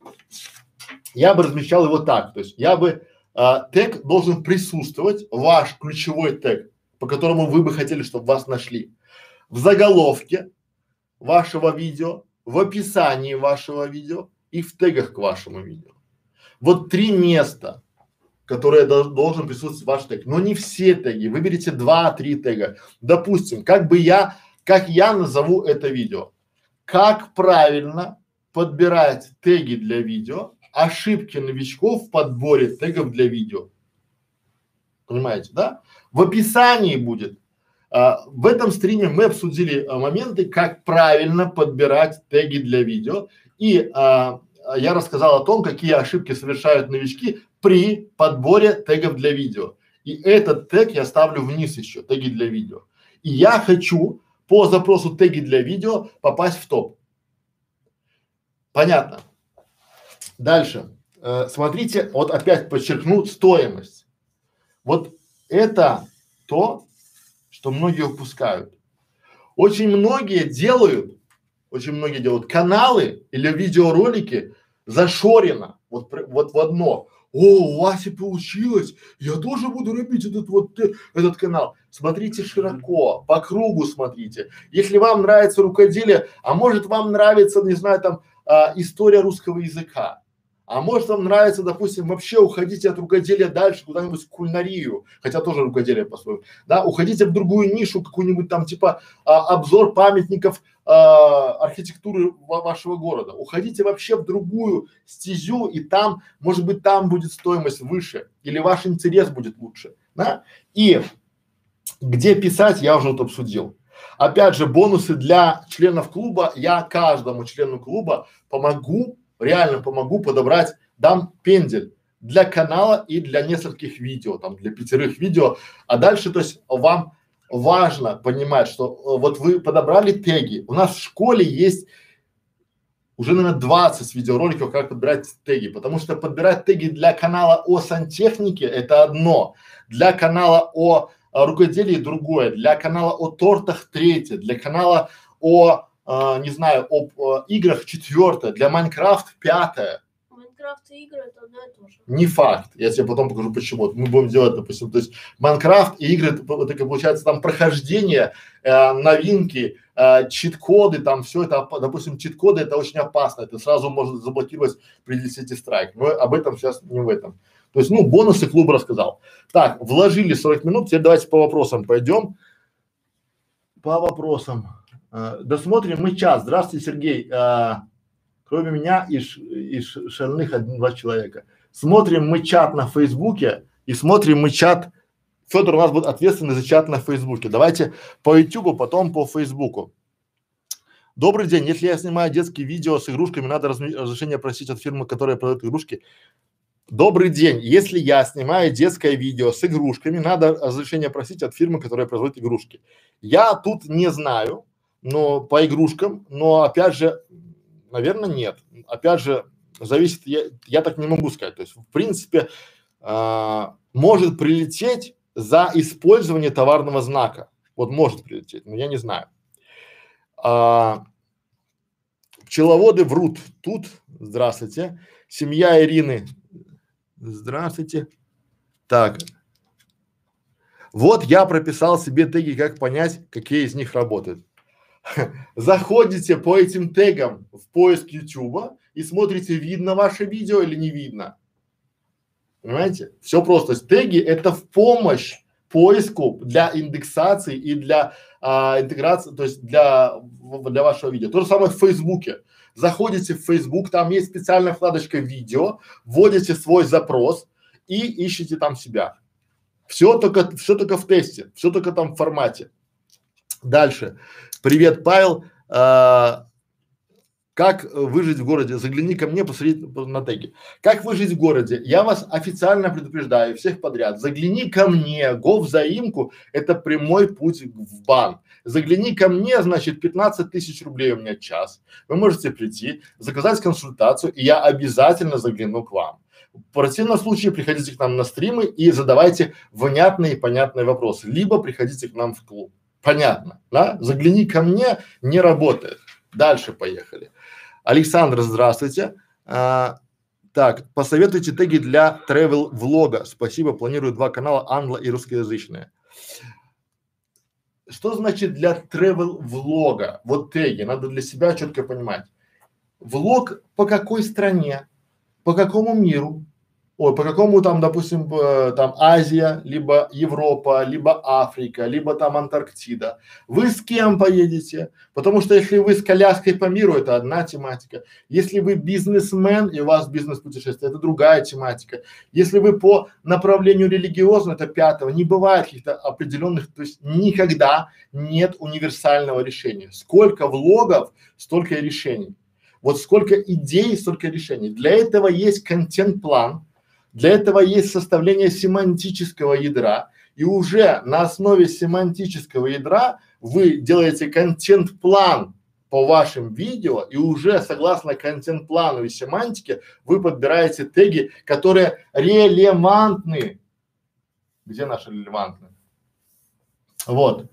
я бы размещал его так, то есть я бы а, тег должен присутствовать, ваш ключевой тег, по которому вы бы хотели, чтобы вас нашли, в заголовке вашего видео, в описании вашего видео и в тегах к вашему видео. Вот три места, которые дол- должен присутствовать ваш тег, но не все теги, выберите два-три тега. Допустим, как бы я, как я назову это видео, как правильно подбирать теги для видео, ошибки новичков в подборе тегов для видео. Понимаете, да? В описании будет А, в этом стриме мы обсудили а, моменты, как правильно подбирать теги для видео. И а, я рассказал о том, какие ошибки совершают новички при подборе тегов для видео. И этот тег я ставлю вниз еще, теги для видео. И я хочу по запросу теги для видео попасть в топ. Понятно. Дальше. Э, смотрите, вот опять подчеркну стоимость. Вот это то, что многие упускают. Очень многие делают, очень многие делают каналы или видеоролики зашорено, вот, вот в одно. О, у Васи получилось, я тоже буду рубить этот вот э, этот канал. Смотрите широко, по кругу смотрите. Если вам нравится рукоделие, а может вам нравится, не знаю, там а, история русского языка. А может вам нравится, допустим, вообще уходите от рукоделия дальше куда-нибудь в кулинарию, хотя тоже рукоделие по-своему, да, уходите в другую нишу, какую-нибудь там типа а, обзор памятников а, архитектуры ва- вашего города, уходите вообще в другую стезю, и там, может быть, там будет стоимость выше, или ваш интерес будет лучше, да, и где писать, я уже вот обсудил. Опять же, бонусы для членов клуба, я каждому члену клуба помогу, реально помогу подобрать, дам пендель для канала и для нескольких видео, там для пятерых видео, а дальше, то есть вам важно понимать, что э, вот вы подобрали теги, у нас в школе есть уже, наверное, двадцать видеороликов, как подбирать теги, потому что подбирать теги для канала о сантехнике это одно, для канала о, о рукоделии другое, для канала о тортах третье, для канала о а, не знаю, об а, играх четвертое, для Майнкрафт пятое. Майнкрафт и игры это одно и то же. Не факт. Я тебе потом покажу почему. Вот мы будем делать, допустим, то есть Майнкрафт и игры, это, это как получается там прохождение, э, новинки, э, чит-коды, там все это, опа- допустим, чит-коды это очень опасно, это сразу может заблокировать при десяти страйк. Но об этом сейчас не в этом. То есть, ну, бонусы клуба рассказал. Так, вложили сорок минут, теперь давайте по вопросам пойдем. По вопросам. А, досмотрим мы час. Здравствуйте, Сергей. А, кроме меня и, ш, и ш, шальных один-два человека. Смотрим мы чат на Фейсбуке и смотрим мы чат. Федор у нас будет ответственный за чат на Фейсбуке. Давайте по Ютубу, потом по Фейсбуку. Добрый день. Если я снимаю детские видео с игрушками, надо разми- разрешение просить от фирмы, которая продает игрушки. Добрый день. Если я снимаю детское видео с игрушками, надо разрешение просить от фирмы, которая производит игрушки. Я тут не знаю, но по игрушкам, но опять же, наверное, нет. Опять же, зависит, я, я так не могу сказать. То есть, в принципе, а, может прилететь за использование товарного знака. Вот может прилететь, но я не знаю. А, пчеловоды врут. Тут, здравствуйте. Семья Ирины. Здравствуйте. Так. Вот я прописал себе теги, как понять, какие из них работают. Заходите по этим тегам в поиск Ютуба и смотрите, видно ваше видео или не видно. Понимаете? Все просто. То есть теги это в помощь поиску для индексации и для а, интеграции, то есть для, в- для вашего видео. То же самое в Фейсбуке. Заходите в Фейсбук, там есть специальная вкладочка видео, вводите свой запрос и ищите там себя. Все только, все только в тесте, все только там в формате. Дальше. Привет, Павел. А, как выжить в городе? Загляни ко мне, посмотри на теги. Как выжить в городе? Я вас официально предупреждаю, всех подряд. Загляни ко мне, го взаимку, это прямой путь в бан. Загляни ко мне, значит, пятнадцать тысяч рублей у меня час. Вы можете прийти, заказать консультацию, и я обязательно загляну к вам. В противном случае приходите к нам на стримы и задавайте внятные и понятные вопросы, либо приходите к нам в клуб. Понятно, да? Загляни ко мне не работает. Дальше поехали. Александр, здравствуйте. А, так, посоветуйте теги для travel влога. Спасибо, планирую два канала, англо и русскоязычные. Что значит для travel влога? Вот теги, надо для себя четко понимать. Влог по какой стране, по какому миру ой, по какому там, допустим, э, там Азия, либо Европа, либо Африка, либо там Антарктида. Вы с кем поедете? Потому что если вы с коляской по миру, это одна тематика. Если вы бизнесмен и у вас бизнес-путешествие, это другая тематика. Если вы по направлению религиозному, это пятого. Не бывает каких-то определенных, то есть никогда нет универсального решения. Сколько влогов, столько и решений. Вот сколько идей, столько решений. Для этого есть контент-план. Для этого есть составление семантического ядра, и уже на основе семантического ядра вы делаете контент-план по вашим видео, и уже согласно контент-плану и семантике вы подбираете теги, которые релевантны. Где наши релевантны? Вот.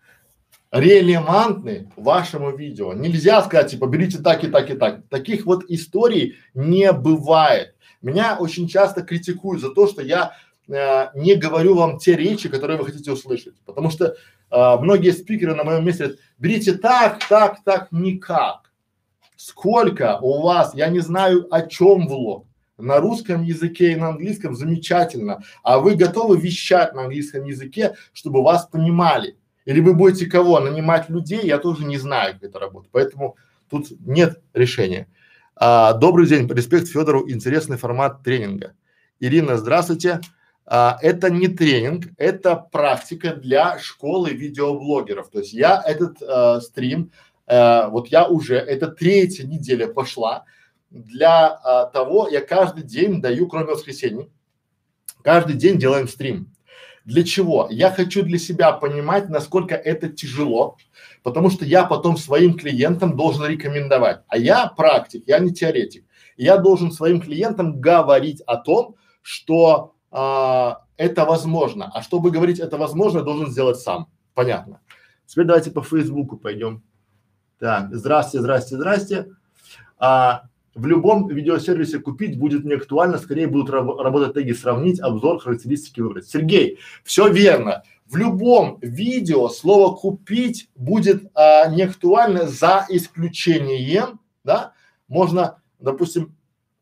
Релевантны вашему видео. Нельзя сказать, типа, берите так и так и так. Таких вот историй не бывает. Меня очень часто критикуют за то, что я э, не говорю вам те речи, которые вы хотите услышать. Потому что э, многие спикеры на моем месте говорят, берите так, так, так, никак. Сколько у вас, я не знаю, о чем влог. На русском языке и на английском замечательно. А вы готовы вещать на английском языке, чтобы вас понимали? Или вы будете кого? Нанимать людей? Я тоже не знаю, как это работает. Поэтому тут нет решения. А, добрый день, респект Федору, интересный формат тренинга. Ирина, здравствуйте. А, это не тренинг, это практика для школы видеоблогеров. То есть я этот а, стрим, а, вот я уже, это третья неделя пошла. Для а, того я каждый день даю, кроме воскресенья, каждый день делаем стрим. Для чего? Я хочу для себя понимать, насколько это тяжело, потому что я потом своим клиентам должен рекомендовать. А я практик, я не теоретик. И я должен своим клиентам говорить о том, что а, это возможно. А чтобы говорить это возможно, я должен сделать сам. Понятно. Теперь давайте по Фейсбуку пойдем. Так, здрасте, здрасте, здрасте. А, В любом видеосервисе купить будет не актуально, скорее будут раб- работать теги сравнить, обзор, характеристики выбрать. Сергей, все верно. В любом видео слово купить будет а, не актуально за исключением, да, можно, допустим,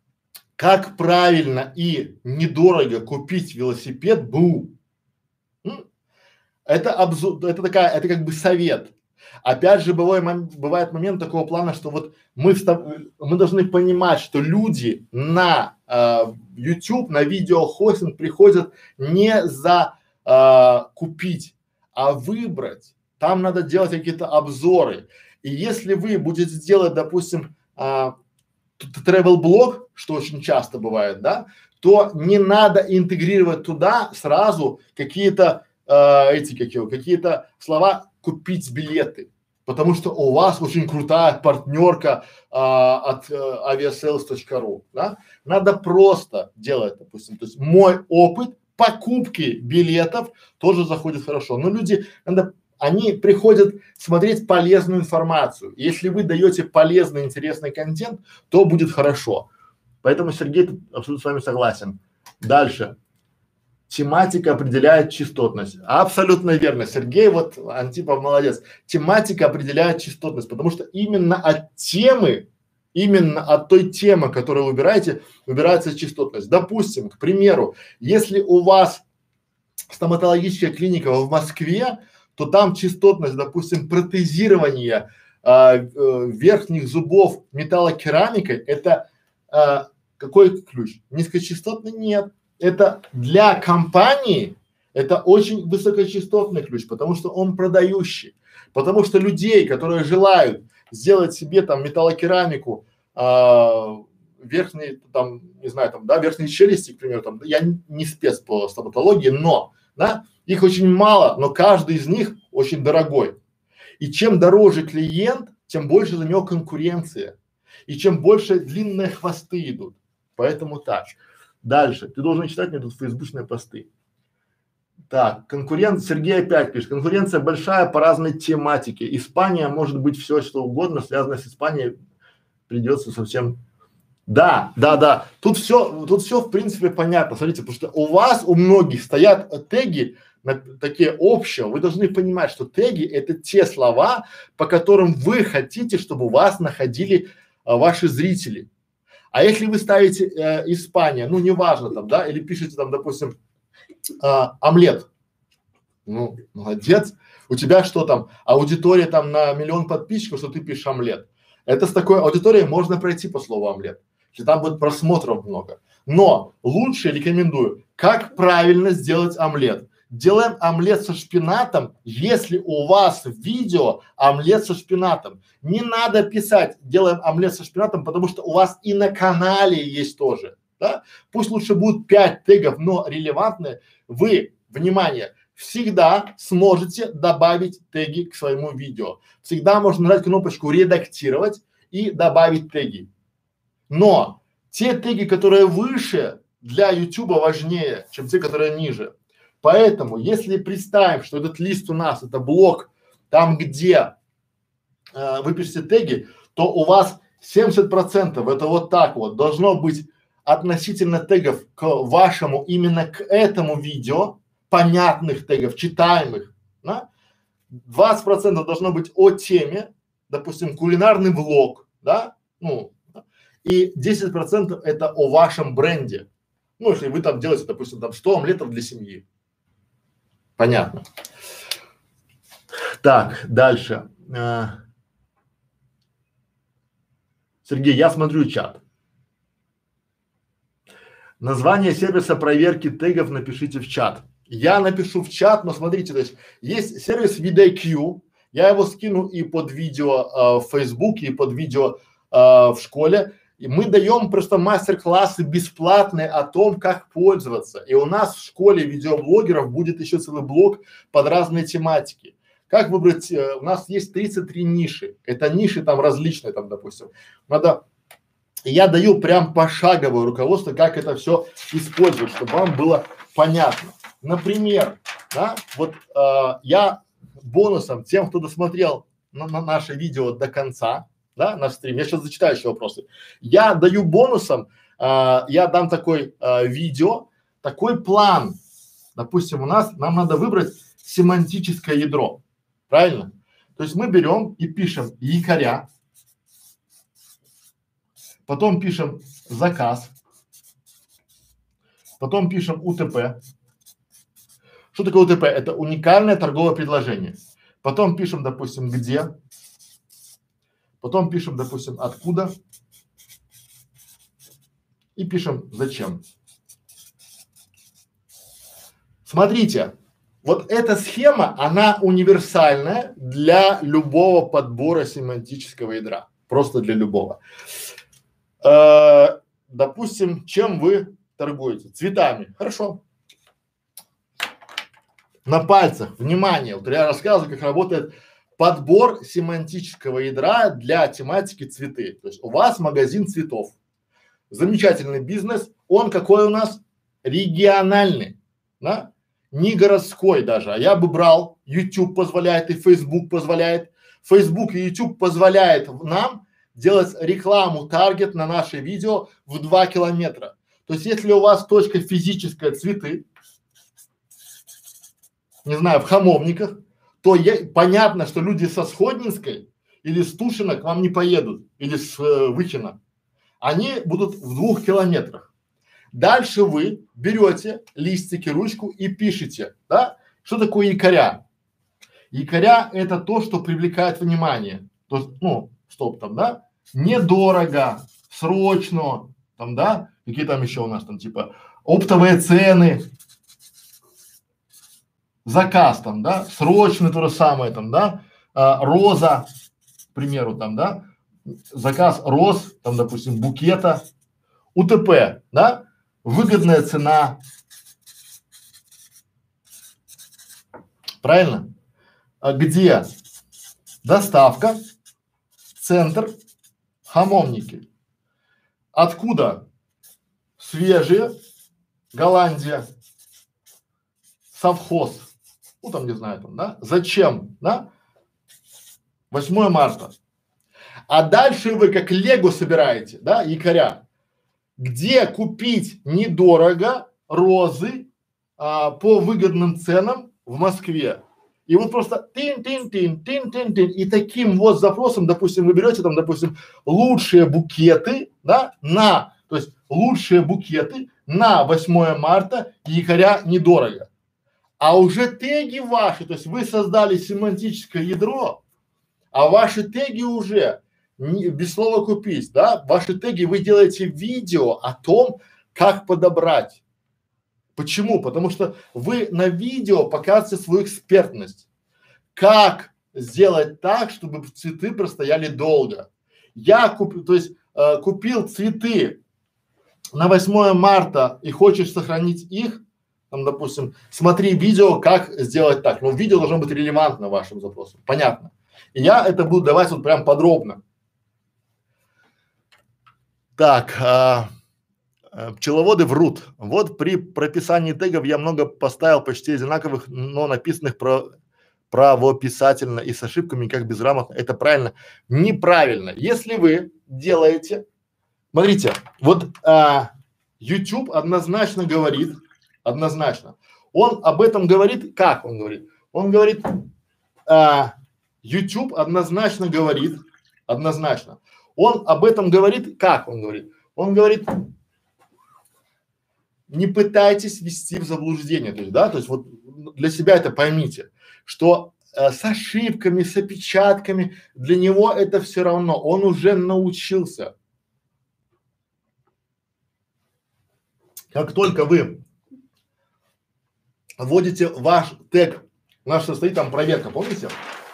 как правильно и недорого купить велосипед, бу. М? Это обзор, это такая, это как бы совет. Опять же, бывает, мом- бывает момент такого плана, что вот мы, встав- мы должны понимать, что люди на э, YouTube, на видеохостинг приходят не за э, купить, а выбрать. Там надо делать какие-то обзоры. И если вы будете делать, допустим, э, travel блог, что очень часто бывает, да, то не надо интегрировать туда сразу какие-то э, эти какие, какие-то слова купить билеты, потому что у вас очень крутая партнерка а, от а, авиасейлс точка ру, да? Надо просто делать, допустим, то есть мой опыт покупки билетов тоже заходит хорошо, но люди, надо, они приходят смотреть полезную информацию. Если вы даете полезный, интересный контент, то будет хорошо. Поэтому Сергей тут абсолютно с вами согласен. Дальше. Тематика определяет частотность. Абсолютно верно. Сергей, вот Антипов молодец. Тематика определяет частотность, потому что именно от темы, именно от той темы, которую вы выбираете, выбирается частотность. Допустим, к примеру, если у вас стоматологическая клиника в Москве, то там частотность, допустим, протезирования а, э, верхних зубов металлокерамикой, это а, какой ключ? Низкочастотный? Нет. Это для компании, это очень высокочастотный ключ, потому что он продающий, потому что людей, которые желают сделать себе там металлокерамику, а, верхние там, не знаю, там, да, верхние челюсти, к примеру, там, я не, не спец по стоматологии, но, да, их очень мало, но каждый из них очень дорогой. И чем дороже клиент, тем больше за него конкуренция, и чем больше длинные хвосты идут. Поэтому так. Дальше. Ты должен читать мне тут фейсбучные посты. Так, конкурент, Сергей опять пишет, конкуренция большая по разной тематике. Испания может быть все, что угодно, связанное с Испанией, придется совсем. Да, да, да. Тут все, тут все в принципе понятно. Смотрите, потому что у вас, у многих стоят теги на, такие общие. Вы должны понимать, что теги это те слова, по которым вы хотите, чтобы вас находили а, ваши зрители. А если вы ставите э, Испания, ну неважно там, да, или пишете там, допустим, э, омлет, ну молодец, у тебя что там, аудитория там на миллион подписчиков, что ты пишешь омлет. Это с такой аудиторией можно пройти по слову омлет, если там будет просмотров много. Но лучше рекомендую, как правильно сделать омлет. Делаем омлет со шпинатом, если у вас в видео омлет со шпинатом. Не надо писать, делаем омлет со шпинатом, потому что у вас и на канале есть тоже, да? Пусть лучше будет пять тегов, но релевантные. Вы, внимание, всегда сможете добавить теги к своему видео. Всегда можно нажать кнопочку «Редактировать» и добавить теги. Но те теги, которые выше, для ютуба важнее, чем те, которые ниже. Поэтому, если представим, что этот лист у нас это блок, там где э, вы пишете теги, то у вас семьдесят процентов это вот так вот должно быть относительно тегов к вашему, именно к этому видео, понятных тегов, читаемых, да? двадцать процентов должно быть о теме, допустим, кулинарный влог, да, ну, и десять процентов это о вашем бренде. Ну, если вы там делаете, допустим, там сто омлетов для семьи. Понятно. Так, дальше. А, Сергей, я смотрю чат. Название сервиса проверки тегов напишите в чат. Я напишу в чат, но смотрите, то есть есть сервис видеокью, я его скину и под видео э, в Фейсбуке, и под видео э, в школе. И мы даем просто мастер-классы бесплатные о том, как пользоваться. И у нас в школе видеоблогеров будет еще целый блок под разные тематики. Как выбрать, э, у нас есть тридцать три ниши. Это ниши там различные, там, допустим. Надо, я даю прям пошаговое руководство, как это все использовать, чтобы вам было понятно. Например, да, вот э, я бонусом тем, кто досмотрел на, на наше видео до конца, да, наш стрим, я сейчас зачитаю еще вопросы. Я даю бонусом, э, я дам такой э, видео, такой план. Допустим, у нас, нам надо выбрать семантическое ядро, правильно? То есть мы берем и пишем якоря, потом пишем заказ, потом пишем У Т П. Что такое У Т П? Это уникальное торговое предложение. Потом пишем, допустим, где. Потом пишем, допустим, откуда. И пишем зачем. Смотрите, вот эта схема, она универсальная для любого подбора семантического ядра. Просто для любого. Э, допустим, чем вы торгуете? Цветами. Хорошо. На пальцах, внимание, вот я рассказываю, как работает подбор семантического ядра для тематики цветы. То есть у вас магазин цветов, замечательный бизнес, он какой у нас? Региональный, да? Не городской даже, а я бы брал, YouTube позволяет и Facebook позволяет. Facebook и YouTube позволяет нам делать рекламу, таргет на наше видео в два километра. То есть если у вас точка физическая цветы, не знаю, в Хамовниках, то я, понятно, что люди со Сходнинской или с Тушино к вам не поедут, или с э, Выхина. Они будут в двух километрах. Дальше вы берете листики, ручку и пишете, да? Что такое якоря? Якоря – это то, что привлекает внимание. То есть, ну, стоп там, да? Недорого, срочно, там, да? Какие там еще у нас там, типа, оптовые цены. Заказ там, да, срочно то же самое там, да, а, роза, к примеру, там, да, заказ роз, там, допустим, букета, У Т П, да, выгодная цена, правильно? А где? Доставка, центр, Хамовники. Откуда? Свежие, Голландия, совхоз. Ну там не знаю там, да? Зачем, да? восьмое марта. А дальше вы как лего собираете, да, якоря. Где купить недорого розы а, по выгодным ценам в Москве? И вот просто тын-тын-тын, тын-тын-тын. И таким вот запросом, допустим, вы берете там, допустим, лучшие букеты, да, на, то есть лучшие букеты на восьмое марта якоря недорого. А уже теги ваши, то есть вы создали семантическое ядро, а ваши теги уже не, без слова купить, да, ваши теги, вы делаете видео о том, как подобрать. Почему? Потому что вы на видео показываете свою экспертность. Как сделать так, чтобы цветы простояли долго. Я купил, то есть э, купил цветы на восьмое марта и хочешь сохранить их, там, допустим, смотри видео, как сделать так. Но видео должно быть релевантно вашим запросам. Понятно. И я это буду давать вот прям подробно. Так. А... Пчеловоды врут. Вот при прописании тегов я много поставил почти одинаковых, но написанных про правописательно и с ошибками, как безграмотно. Это правильно? Неправильно. Если вы делаете, смотрите, вот а, YouTube однозначно говорит, однозначно, он об этом говорит, как он говорит? Он говорит, а, YouTube однозначно говорит, однозначно, он об этом говорит, как он говорит? Он говорит, не пытайтесь ввести в заблуждение, то есть, да, то есть вот для себя это поймите, что э, с ошибками, с опечатками, для него это все равно, он уже научился. Как только вы вводите ваш тег, у нас стоит там проверка, помните?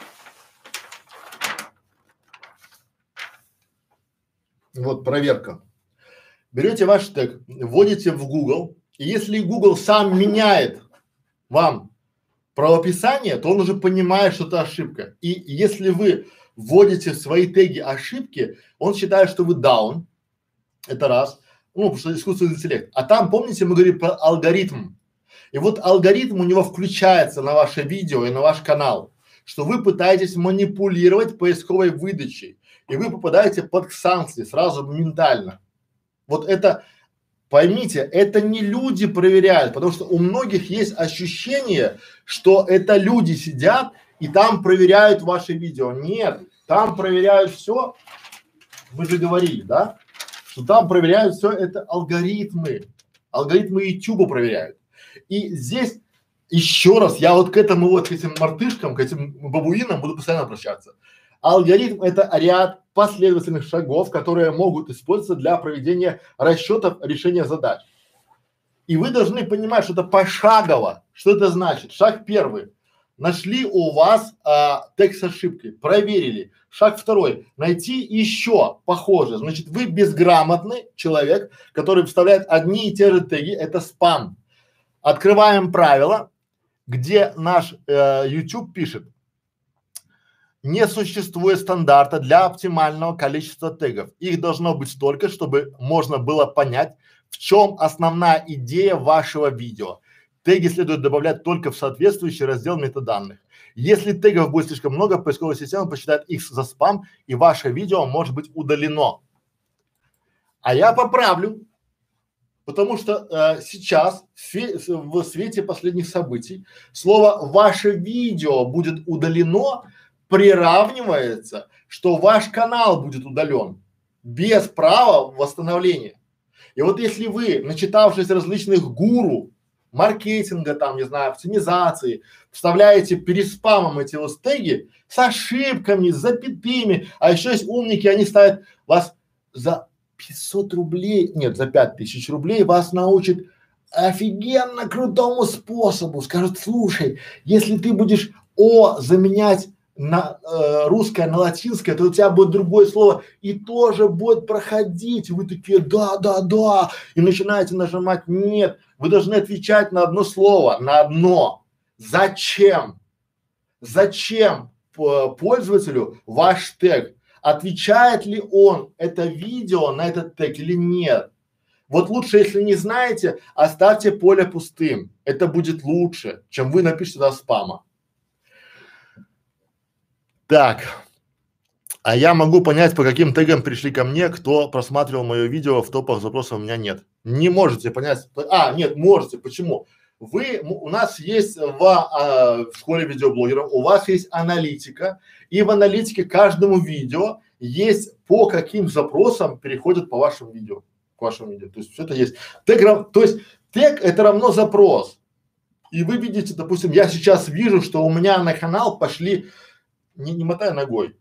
Вот проверка. Берете ваш тег, вводите в Google, и если Google сам меняет вам правописание, то он уже понимает, что это ошибка. И если вы вводите в свои теги ошибки, он считает, что вы down, это раз, ну, потому что искусственный интеллект. А там, помните, мы говорили про алгоритм. И вот алгоритм у него включается на ваше видео и на ваш канал, что вы пытаетесь манипулировать поисковой выдачей, и вы попадаете под санкции сразу моментально. Вот это, поймите, это не люди проверяют, потому что у многих есть ощущение, что это люди сидят и там проверяют ваши видео. Нет, там проверяют все, мы же говорили, да, что там проверяют все, это алгоритмы, алгоритмы YouTube проверяют. И здесь еще раз, я вот к этому вот, к этим мартышкам, к этим бабуинам буду постоянно обращаться. Алгоритм – это ряд последовательных шагов, которые могут использоваться для проведения расчетов решения задач. И вы должны понимать, что это пошагово. Что это значит? Шаг первый. Нашли у вас а, тег с ошибкой, проверили. Шаг второй. Найти еще похоже. Значит, вы безграмотный человек, который вставляет одни и те же теги, это спам. Открываем правила, где наш э, YouTube пишет. Не существует стандарта для оптимального количества тегов. Их должно быть столько, чтобы можно было понять, в чем основная идея вашего видео. Теги следует добавлять только в соответствующий раздел метаданных. Если тегов будет слишком много, поисковая система посчитает их за спам, и ваше видео может быть удалено. А я поправлю, потому что э, сейчас в, све в свете последних событий слово «ваше видео будет удалено» приравнивается, что ваш канал будет удален без права восстановления. И вот если вы, начитавшись различных гуру, маркетинга, там, не знаю, оптимизации, вставляете перед спамом эти вот теги с ошибками, с запятыми, а еще есть умники, они ставят вас за пятьсот рублей, нет, за пять тысяч рублей вас научат офигенно крутому способу, скажут, слушай, если ты будешь «о» заменять на э, русское, на латинское, то у тебя будет другое слово и тоже будет проходить. Вы такие, да, да, да, и начинаете нажимать нет. Вы должны отвечать на одно слово, на одно. Зачем? Зачем пользователю ваш тег? Отвечает ли он это видео на этот тег или нет? Вот лучше, если не знаете, оставьте поле пустым. Это будет лучше, чем вы напишите туда спама. Так, а я могу понять, по каким тегам пришли ко мне, кто просматривал мое видео в топах запросов у меня нет. Не можете понять. А, нет, можете. Почему? Вы, у нас есть в, а, в школе видеоблогеров, у вас есть аналитика, и в аналитике каждому видео есть по каким запросам переходят по вашему видео, к вашему видео. То есть все это есть. Тег, рав, то есть тег это равно запрос. И вы видите, допустим, я сейчас вижу, что у меня на канал пошли, не, не мотай ногой.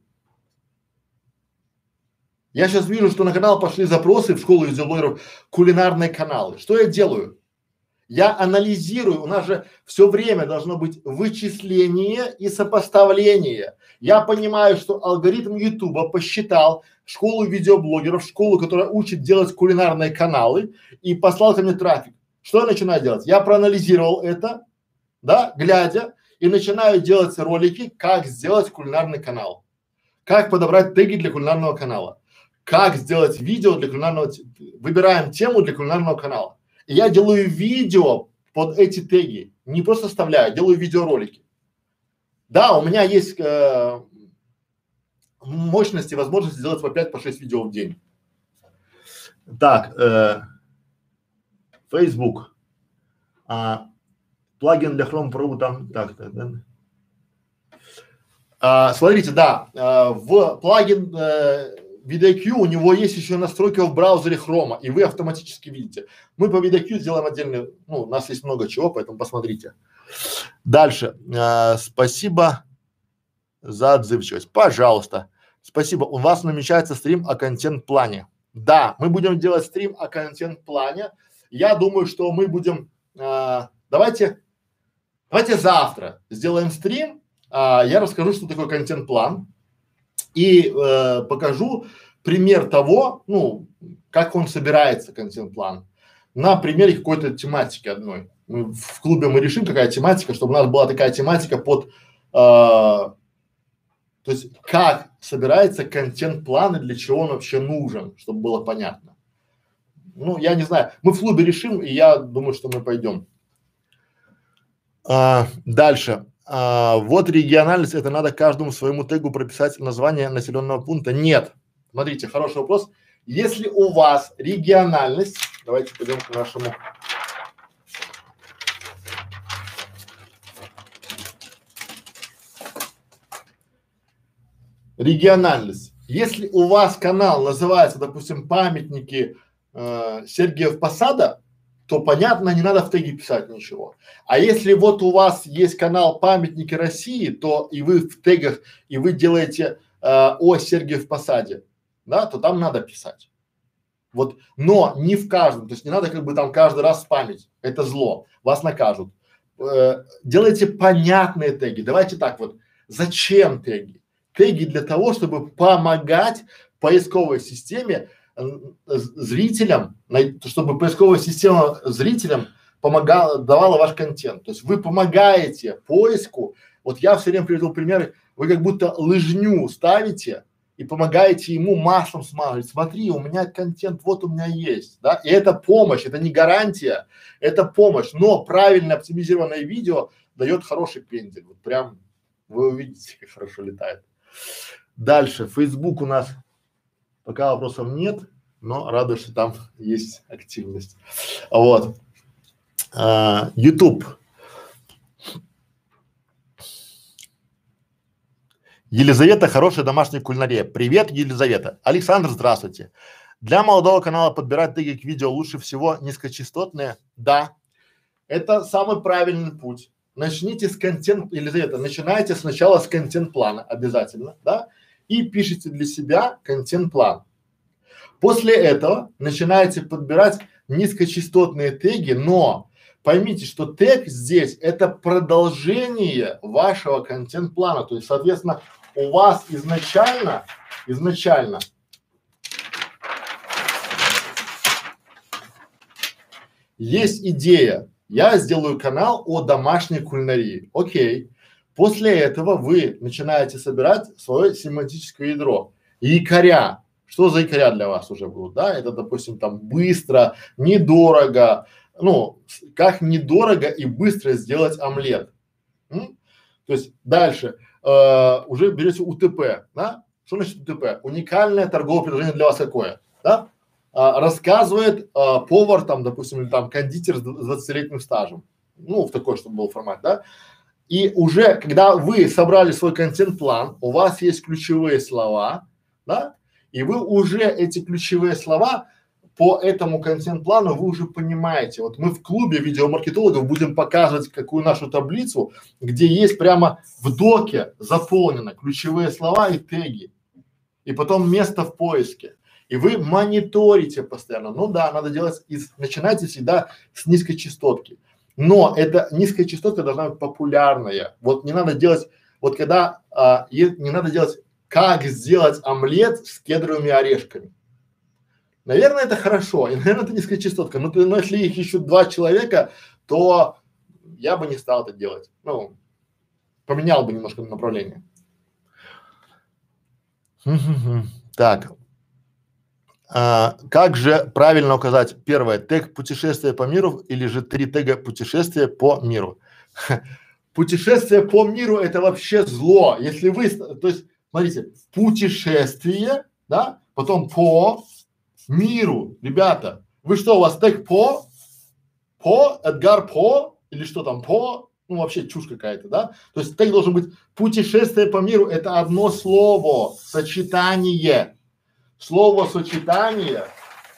Я сейчас вижу, что на канал пошли запросы в школу видеоблогеров, кулинарные каналы. Что я делаю? Я анализирую, у нас же все время должно быть вычисление и сопоставление. Я понимаю, что алгоритм Ютуба посчитал школу видеоблогеров, школу, которая учит делать кулинарные каналы, и послал ко мне трафик. Что я начинаю делать? Я проанализировал это, да, глядя, и начинаю делать ролики, как сделать кулинарный канал, как подобрать теги для кулинарного канала, как сделать видео для кулинарного, выбираем тему для кулинарного канала. И я делаю видео под эти теги, не просто вставляю, делаю видеоролики. Да, у меня есть э, мощности, возможность сделать по пять, по шесть видео в день. Так, э, Facebook, а, плагин для Chrome Pro там, так, так, да. А, смотрите, да, а, в плагин э, VidIQ у него есть еще настройка в браузере Chrome, и вы автоматически видите. Мы по VidIQ сделаем отдельный, ну, у нас есть много чего, поэтому посмотрите. Дальше. А, спасибо за отзывчивость. Пожалуйста. Спасибо. У вас намечается стрим о контент-плане. Да, мы будем делать стрим о контент-плане. Я думаю, что мы будем, а, давайте, давайте завтра сделаем стрим. А, я расскажу, что такое контент-план. И э, покажу пример того, ну, как он собирается, контент-план, на примере какой-то тематики одной. Мы, в клубе мы решим, какая тематика, чтобы у нас была такая тематика под, э, то есть как собирается контент-план и для чего он вообще нужен, чтобы было понятно. Ну, я не знаю, мы в клубе решим, и я думаю, что мы пойдем. А, дальше. А, вот региональность, это надо каждому своему тегу прописать название населенного пункта. Нет. Смотрите, хороший вопрос. Если у вас региональность, давайте пойдем к нашему. Региональность. Если у вас канал называется, допустим, памятники э, Сергиев Посада, то понятно, не надо в теге писать ничего. А если вот у вас есть канал «Памятники России», то и вы в тегах, и вы делаете э, о Сергиев Посаде, да, то там надо писать. Вот, но не в каждом, то есть не надо как бы там каждый раз спамить, это зло, вас накажут. Э, делайте понятные теги. Давайте так вот, зачем теги? Теги для того, чтобы помогать поисковой системе, зрителям, чтобы поисковая система зрителям помогала, давала ваш контент. То есть вы помогаете поиску. Вот я все время приводил примеры, вы как будто лыжню ставите и помогаете ему маслом смазывать. Смотри, у меня контент, вот у меня есть, да, и это помощь, это не гарантия, это помощь, но правильно оптимизированное видео дает хороший пендель. Вот прям вы увидите, как хорошо летает. Дальше, Facebook у нас пока вопросов нет, но радуюсь, что там есть активность. Вот. А, YouTube. Елизавета, хорошая домашняя кулинария. Привет, Елизавета. Александр, здравствуйте. Для молодого канала подбирать теги к видео лучше всего низкочастотные? Да. Это самый правильный путь. Начните с контент, Елизавета, начинайте сначала с контент-плана обязательно, да, и пишите для себя контент-план. После этого начинаете подбирать низкочастотные теги, но поймите, что тег здесь это продолжение вашего контент-плана, то есть, соответственно, у вас изначально, изначально есть идея, я сделаю канал о домашней кулинарии, окей. После этого вы начинаете собирать свое семантическое ядро, якоря. Что за якоря для вас уже будут, да? Это, допустим, там быстро, недорого, ну, как недорого и быстро сделать омлет. М? То есть дальше э, уже берете УТП, да? Что значит УТП? Уникальное торговое предложение для вас какое, да? А, рассказывает а, повар, там, допустим, или там кондитер с двадцатилетним стажем. ну, в такой, чтобы был формат, да. И уже, когда вы собрали свой контент-план, у вас есть ключевые слова, да, и вы уже эти ключевые слова по этому контент-плану вы уже понимаете. Вот мы в клубе видеомаркетологов будем показывать какую нашу таблицу, где есть прямо в доке заполнено ключевые слова и теги, и потом место в поиске. И вы мониторите постоянно. Ну да, надо делать из, начинайте всегда с низкой частотки. Но эта низкая частотка должна быть популярная. Вот не надо делать, вот когда а, е, не надо делать, как сделать омлет с кедровыми орешками. Наверное, это хорошо, и, наверное, это низкая частотка. Но, но если их ищут два человека, то я бы не стал это делать. Ну, поменял бы немножко направление. Так. А, как же правильно указать? Первое, тег путешествие по миру или же три тега путешествие по миру? Путешествие по миру это вообще зло. Если вы, то есть, смотрите, путешествие, да, потом по миру, ребята, вы что, у вас тег по, по, Эдгар по, или что там, по, ну вообще чушь какая-то, да? То есть тег должен быть путешествие по миру, это одно слово, сочетание. Словосочетание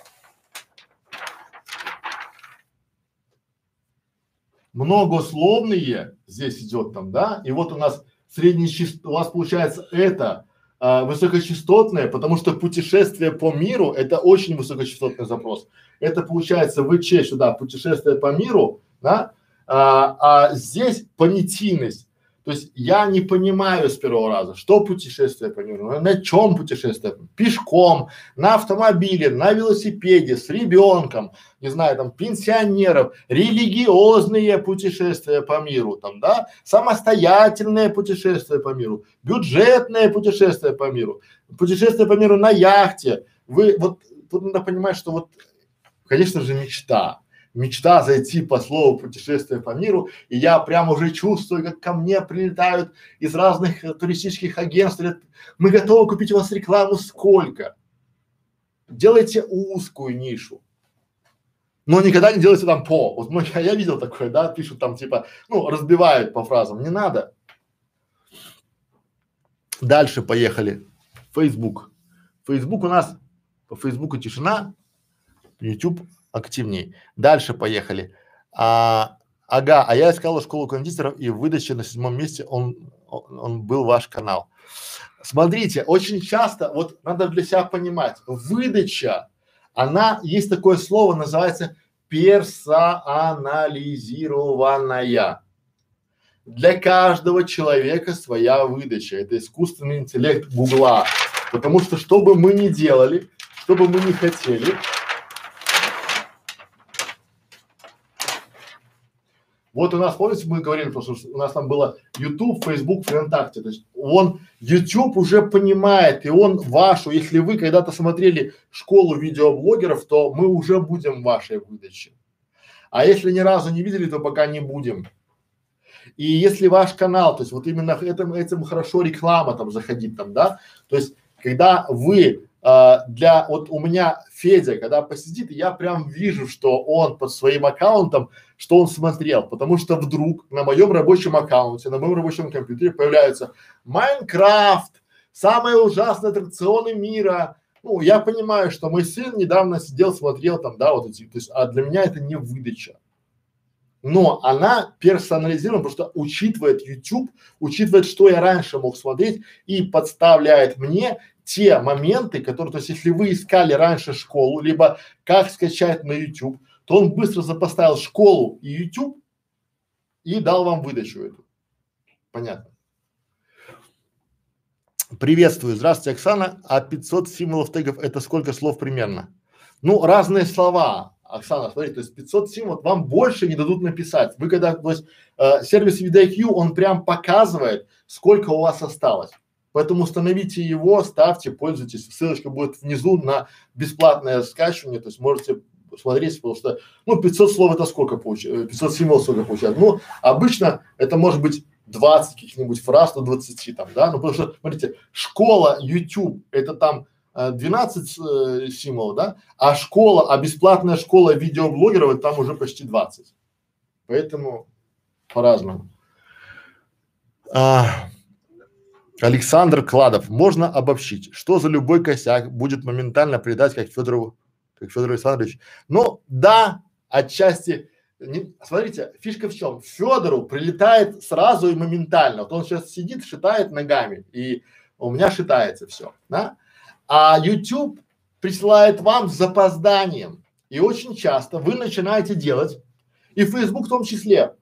многословные здесь идет там, да, и вот у нас среднечаст, у вас получается это а, высокочастотное, потому что путешествие по миру это очень высокочастотный запрос. Это получается ВЧ сюда, путешествие по миру, да, а, а здесь понятийность. То есть я не понимаю с первого раза, что путешествие по миру, на чем путешествие, пешком, на автомобиле, на велосипеде, с ребенком, не знаю, там, пенсионеров, религиозные путешествия по миру, там, да, самостоятельное путешествие по миру, бюджетное путешествие по миру, путешествие по миру на яхте. Вы вот, тут надо понимать, что вот, конечно же, мечта. Мечта зайти по слову путешествие по миру, и я прямо уже чувствую, как ко мне прилетают из разных э, туристических агентств, говорят, мы готовы купить у вас рекламу, сколько? Делайте узкую нишу, но никогда не делайте там по. Вот ну, я, я видел такое, да, пишут там типа, ну, разбивают по фразам, не надо. Дальше поехали. Facebook. Facebook у нас, по Фейсбуку тишина, YouTube активней. Дальше поехали. А, ага, а я искала школу кондитеров и в выдаче на седьмом месте он, он, он был ваш канал. Смотрите, очень часто, вот надо для себя понимать, выдача, она, есть такое слово, называется персонализированная. Для каждого человека своя выдача. Это искусственный интеллект Гугла. Потому что, что бы мы ни делали, что бы мы ни хотели, вот у нас, помните, мы говорили, потому что у нас там было YouTube, Facebook, ВКонтакте. То есть он, YouTube уже понимает, и он вашу, если вы когда-то смотрели школу видеоблогеров, то мы уже будем в вашей выдаче. А если ни разу не видели, то пока не будем. И если ваш канал, то есть вот именно этим, этим хорошо реклама там заходит там, да, то есть когда вы а, для, вот у меня Федя, когда посидит, я прям вижу, что он под своим аккаунтом, что он смотрел, потому что вдруг на моем рабочем аккаунте, на моем рабочем компьютере появляются Майнкрафт, самые ужасные аттракционы мира. Ну, я понимаю, что мой сын недавно сидел, смотрел там, да, вот эти, то есть, а для меня это не выдача. Но она персонализирована, потому что учитывает YouTube, учитывает, что я раньше мог смотреть и подставляет мне те моменты, которые, то есть если вы искали раньше школу, либо как скачать на YouTube, то он быстро запоставил школу и YouTube и дал вам выдачу эту. Понятно. Приветствую, здравствуйте, Оксана. А пятьсот символов тегов это сколько слов примерно? Ну, разные слова. Оксана, смотрите, то есть пятьсот символов вам больше не дадут написать. Вы когда, то есть э, сервис VidIQ, он прям показывает, сколько у вас осталось. Поэтому установите его, ставьте, пользуйтесь. Ссылочка будет внизу на бесплатное скачивание, то есть можете смотреть, потому что, ну, пятьсот слов это сколько получается, пятьсот символов сколько получается. Ну, обычно это может быть двадцать каких-нибудь фраз до двадцати там, да, ну, потому что, смотрите, школа YouTube это там двенадцать э, символов, да, а школа, а бесплатная школа видеоблогеров это там уже почти двадцать. Поэтому по-разному. А, Александр Кладов. Можно обобщить, что за любой косяк будет моментально придать, как Федорову, как Федор Александрович? Ну, да, отчасти. Не, смотрите, фишка в чем? Федору прилетает сразу и моментально. Вот он сейчас сидит, шитает ногами, и у меня шитается все, да? А YouTube присылает вам с запозданием. И очень часто вы начинаете делать, и Facebook в том числе.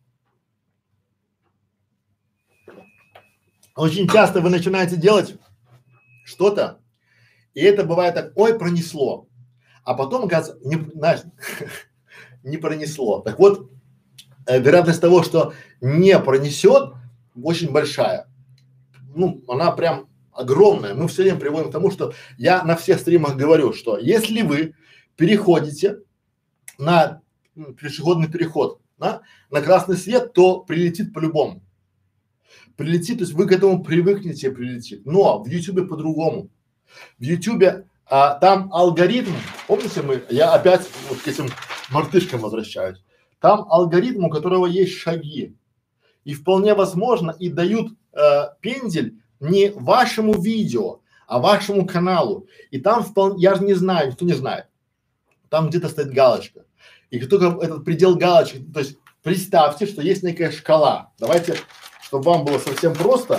Очень часто вы начинаете делать что-то, и это бывает так, ой, пронесло. А потом, оказывается, не, знаешь, не пронесло. Так вот, э, вероятность того, что не пронесет, очень большая. Ну, она прям огромная. Мы все время приводим к тому, что я на всех стримах говорю, что если вы переходите на м, пешеходный переход, да, на красный свет, то прилетит по-любому. Прилетит, то есть вы к этому привыкнете, прилетит. Но в Ютубе по-другому. В Ютубе а, там алгоритм, помните мы, я опять вот к этим мартышкам возвращаюсь. Там алгоритм, у которого есть шаги. И вполне возможно и дают э, пендель не вашему видео, а вашему каналу. И там вполне, я же не знаю, никто не знает. Там где-то стоит галочка. И как только этот предел галочки, то есть представьте, что есть некая шкала. Давайте, чтобы вам было совсем просто.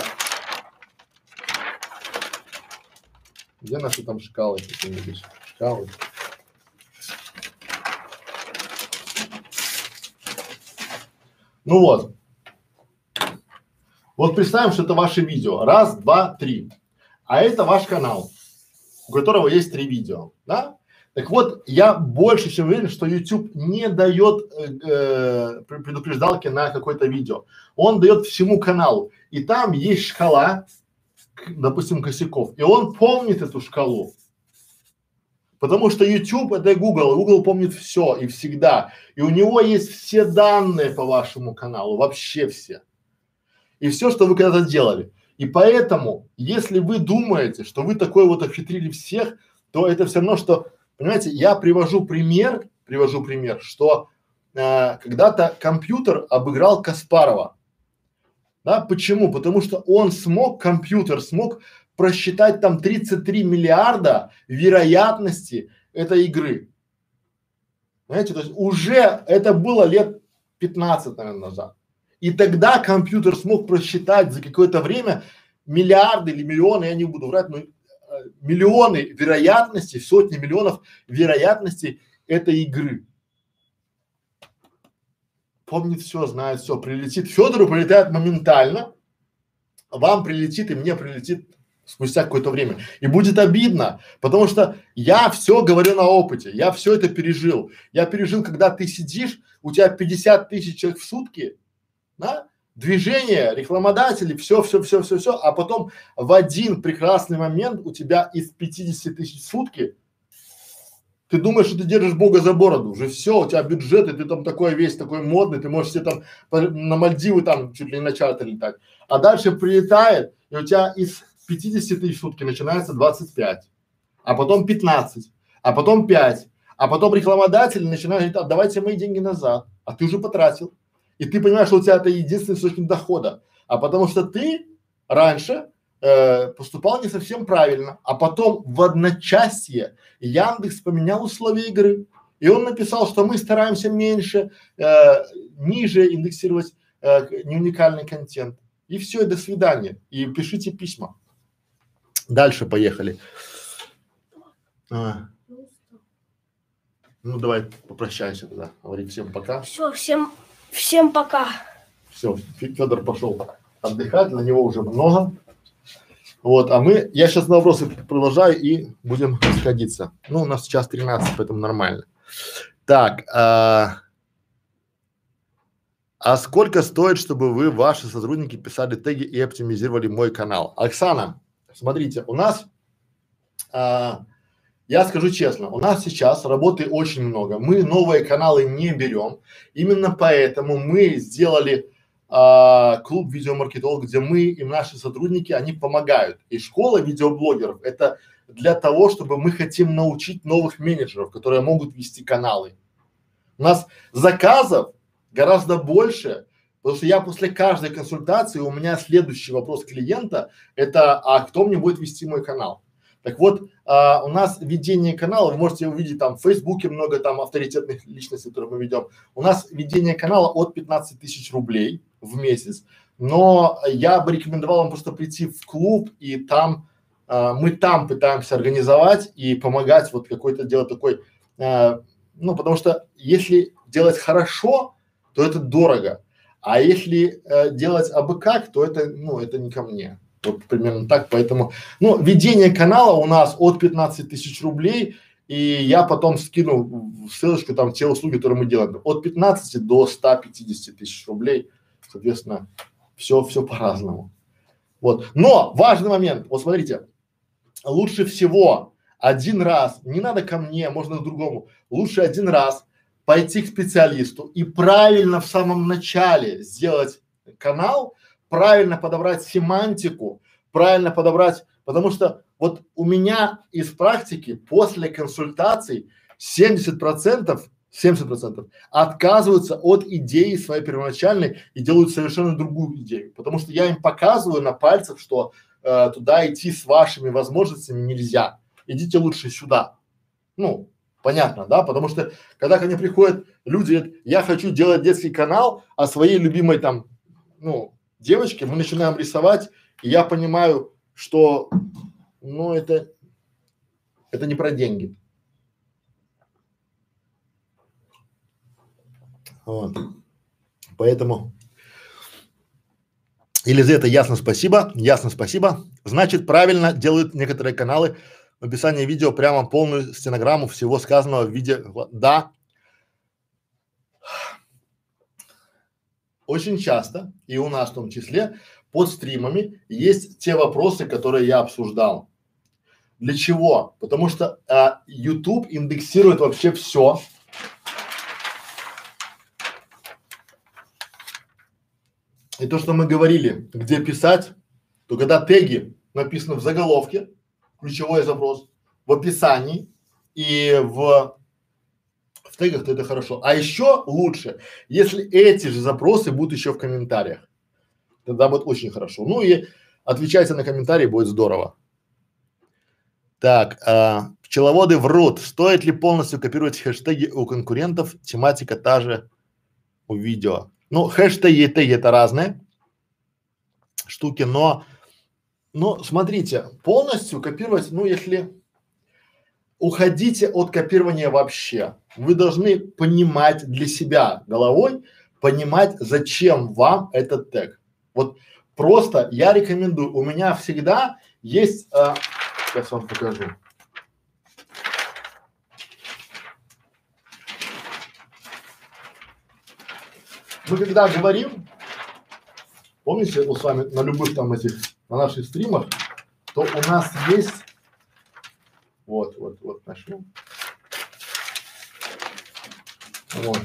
Где наши там шкалы? Шкалы. Ну вот. Вот представим, что это ваше видео. Раз, два, три. А это ваш канал, у которого есть три видео, да? Так вот, я больше чем уверен, что YouTube не дает э, предупреждалки на какое-то видео. Он дает всему каналу. И там есть шкала, допустим, косяков. И он помнит эту шкалу. Потому что YouTube это Google, и Google помнит все и всегда. И у него есть все данные по вашему каналу, вообще все. И все, что вы когда-то делали. И поэтому, если вы думаете, что вы такой вот обхитрили всех, то это все равно, что, понимаете, я привожу пример, привожу пример, что э, когда-то компьютер обыграл Каспарова. Да, почему? Потому что он смог, компьютер смог просчитать там тридцать три миллиарда вероятности этой игры. Знаете, то есть уже это было лет пятнадцать, наверное, назад. И тогда компьютер смог просчитать за какое-то время миллиарды или миллионы, я не буду врать, но э, миллионы вероятностей, сотни миллионов вероятностей этой игры. Помнит все, знает все, прилетит. Федору прилетает моментально, вам прилетит и мне прилетит спустя какое-то время. И будет обидно, потому что я все говорю на опыте, я все это пережил. Я пережил, когда ты сидишь, у тебя пятьдесят тысяч человек в сутки, да, движение, рекламодатели, все, все, все, все, все, а потом в один прекрасный момент у тебя из пятидесяти тысяч в сутки, ты думаешь, что ты держишь Бога за бороду, уже все, у тебя бюджет, и ты там такой весь, такой модный, ты можешь себе там на Мальдивы там чуть ли не на чарты летать, а дальше прилетает, и у тебя из пятидесяти тысяч в сутки начинается двадцать пять, а потом пятнадцать, а потом пять, а потом рекламодатели начинают говорить, отдавайте мои деньги назад, а ты уже потратил. И ты понимаешь, что у тебя это единственный источник дохода, а потому что ты раньше э, поступал не совсем правильно, а потом в одночасье Яндекс поменял условия игры, и он написал, что мы стараемся меньше, э, ниже индексировать э, неуникальный контент. И все, и до свидания. И пишите письма. Дальше поехали. А. Ну давай попрощайся тогда. Говори всем пока. Все, всем, всем пока. Все, Федор пошел отдыхать, на него уже много. Вот, а мы, я сейчас на вопросы продолжаю и будем расходиться. Ну, у нас сейчас тринадцать, поэтому нормально. Так, а, а сколько стоит, чтобы вы, ваши сотрудники, писали теги и оптимизировали мой канал? Оксана, смотрите, у нас, а, я скажу честно, у нас сейчас работы очень много. Мы новые каналы не берем. Именно поэтому мы сделали а, клуб видеомаркетолог, где мы и наши сотрудники, они помогают. И школа видеоблогеров – это для того, чтобы мы хотим научить новых менеджеров, которые могут вести каналы. У нас заказов гораздо больше, потому что я после каждой консультации, у меня следующий вопрос клиента – это, а кто мне будет вести мой канал? Так вот, а, у нас ведение канала, вы можете увидеть там в Фейсбуке много там авторитетных личностей, которые мы ведем. У нас ведение канала от пятнадцати тысяч рублей в месяц, но я бы рекомендовал вам просто прийти в клуб и там, а, мы там пытаемся организовать и помогать вот какой-то делать такой, а, ну потому что если делать хорошо, то это дорого, а если э, делать абы как, то это, ну это не ко мне. Вот примерно так, поэтому, ну, ведение канала у нас от пятнадцати тысяч рублей, и я потом скину ссылочку там те услуги, которые мы делаем, от пятнадцати до ста пятидесяти тысяч рублей, соответственно, все, все по-разному. Вот, но важный момент, вот смотрите, лучше всего один раз, не надо ко мне, можно к другому, лучше один раз пойти к специалисту и правильно в самом начале сделать канал, правильно подобрать семантику, правильно подобрать, потому что вот у меня из практики после консультаций семьдесят процентов, семьдесят процентов отказываются от идеи своей первоначальной и делают совершенно другую идею, потому что я им показываю на пальцах, что э, туда идти с вашими возможностями нельзя, идите лучше сюда. Ну, понятно, да, потому что когда ко мне приходят люди, говорят, я хочу делать детский канал о своей любимой там, ну, девочки, мы начинаем рисовать, и я понимаю, что, ну, это, это не про деньги. Вот. Поэтому, Елизавета, ясно, спасибо, ясно, спасибо. Значит, правильно делают некоторые каналы в описании видео прямо полную стенограмму всего сказанного в виде, да. Очень часто, и у нас в том числе, под стримами есть те вопросы, которые я обсуждал. Для чего? Потому что а, YouTube индексирует вообще все. И то, что мы говорили, где писать, то когда теги написаны в заголовке, ключевой запрос, в описании и в в тегах, то это хорошо. А еще лучше, если эти же запросы будут еще в комментариях, тогда будет очень хорошо. Ну и отвечайте на комментарии, будет здорово. Так, а, пчеловоды врут. Стоит ли полностью копировать хэштеги у конкурентов? Тематика та же у видео. Ну, хэштеги и теги это разные штуки, но, ну, смотрите, полностью копировать, ну, если уходите от копирования вообще. Вы должны понимать для себя головой, понимать, зачем вам этот тег. Вот просто я рекомендую, у меня всегда есть, а, сейчас вам покажу. Мы когда говорим, помните, вот с вами на любых там этих, на наших стримах, то у нас есть Вот, вот, вот нашел. Вот.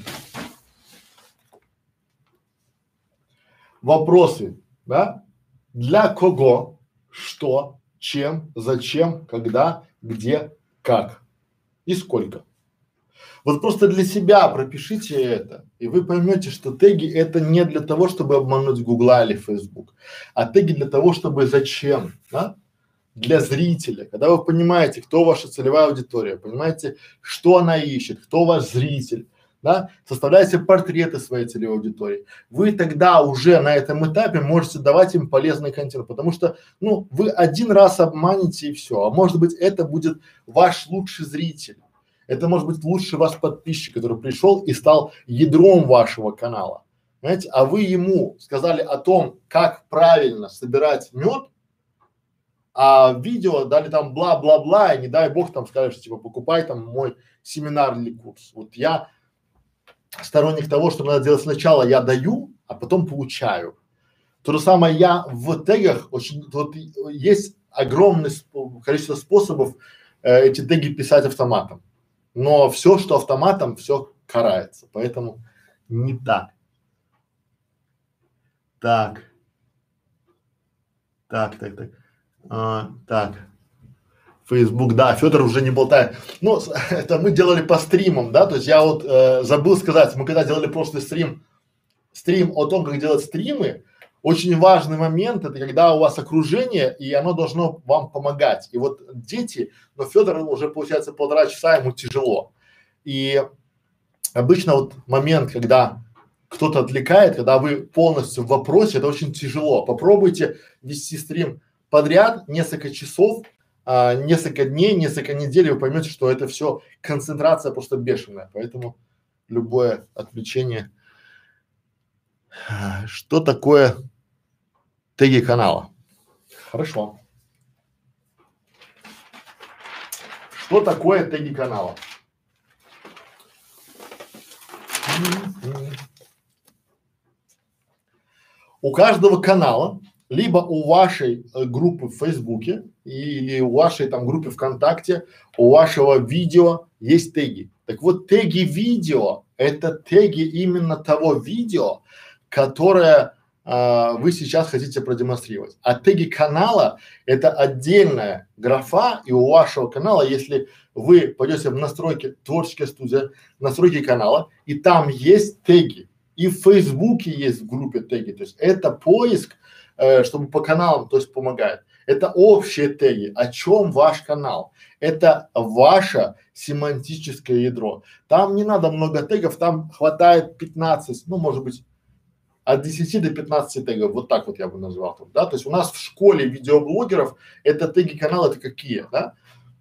Вопросы, да? Для кого, что, чем, зачем, когда, где, как и сколько. Вот просто для себя пропишите это, и вы поймете, что теги это не для того, чтобы обмануть Гугла или Фейсбук, а теги для того, чтобы зачем, да? Для зрителя, когда вы понимаете, кто ваша целевая аудитория, понимаете, что она ищет, кто ваш зритель, да, составляете портреты своей целевой аудитории, вы тогда уже на этом этапе можете давать им полезный контент, потому что, ну, вы один раз обманете и все, а может быть это будет ваш лучший зритель, это может быть лучший ваш подписчик, который пришел и стал ядром вашего канала, понимаете, а вы ему сказали о том, как правильно собирать мед, а видео дали там бла-бла-бла, и не дай бог там скажешь, типа, покупай там мой семинар или курс. Вот я сторонник того, что надо делать сначала я даю, а потом получаю. То же самое я в тегах очень, вот есть огромное сп- количество способов э, эти теги писать автоматом. Но все, что автоматом, все карается. Поэтому не так. Так. Так, так, так. А, так, Facebook, да, Федор уже не болтает. Ну, с- это мы делали по стримам, да, то есть я вот э, забыл сказать, мы когда делали прошлый стрим стрим о том, как делать стримы, очень важный момент, это когда у вас окружение, и оно должно вам помогать. И вот дети, но Федор уже получается полтора часа, ему тяжело. И обычно вот момент, когда кто-то отвлекает, когда вы полностью в вопросе, это очень тяжело. Попробуйте вести стрим подряд несколько часов, а, несколько дней, несколько недель, и вы поймете, что это все концентрация просто бешеная. Поэтому любое отвлечение. Что такое теги канала? Хорошо. Что такое теги канала? У каждого канала, либо у вашей э, группы в Фейсбуке или у вашей там группы ВКонтакте, у вашего видео есть теги. Так вот, теги видео – это теги именно того видео, которое а, вы сейчас хотите продемонстрировать. А теги канала – это отдельная графа, и у вашего канала, если вы пойдете в настройки творческая студия, настройки канала, и там есть теги. И в Фейсбуке есть в группе теги, то есть это поиск, э, чтобы по каналам, то есть помогает. Это общие теги. О чем ваш канал? Это ваше семантическое ядро. Там не надо много тегов, там хватает пятнадцать, ну может быть от десяти до пятнадцати тегов, вот так вот я бы назвал там, да. То есть у нас в школе видеоблогеров это теги канала, это какие, да?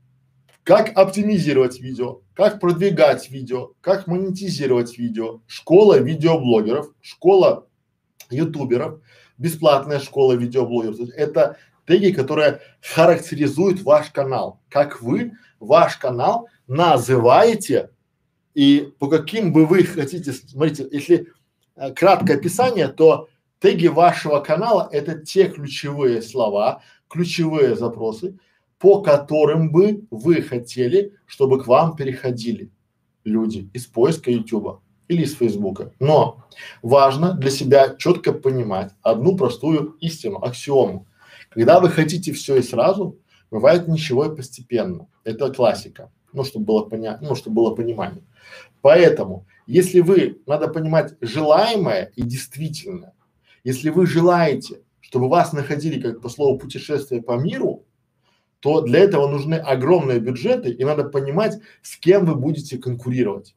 Как оптимизировать видео, как продвигать видео, как монетизировать видео. Школа видеоблогеров, школа ютуберов, бесплатная школа видеоблогеров. То есть это теги, которые характеризуют ваш канал. Как вы ваш канал называете и по каким бы вы хотите, смотрите, если э, краткое описание, то теги вашего канала – это те ключевые слова, ключевые запросы, по которым бы вы хотели, чтобы к вам переходили люди из поиска Ютуба или из Фейсбука. Но важно для себя четко понимать одну простую истину, аксиому. Когда вы хотите все и сразу, бывает ничего и постепенно. Это классика. Ну, чтобы было понятно, ну, чтобы было понимание. Поэтому, если вы, надо понимать желаемое и действительное. Если вы желаете, чтобы вас находили, как по слову, путешествие по миру, то для этого нужны огромные бюджеты, и надо понимать, с кем вы будете конкурировать.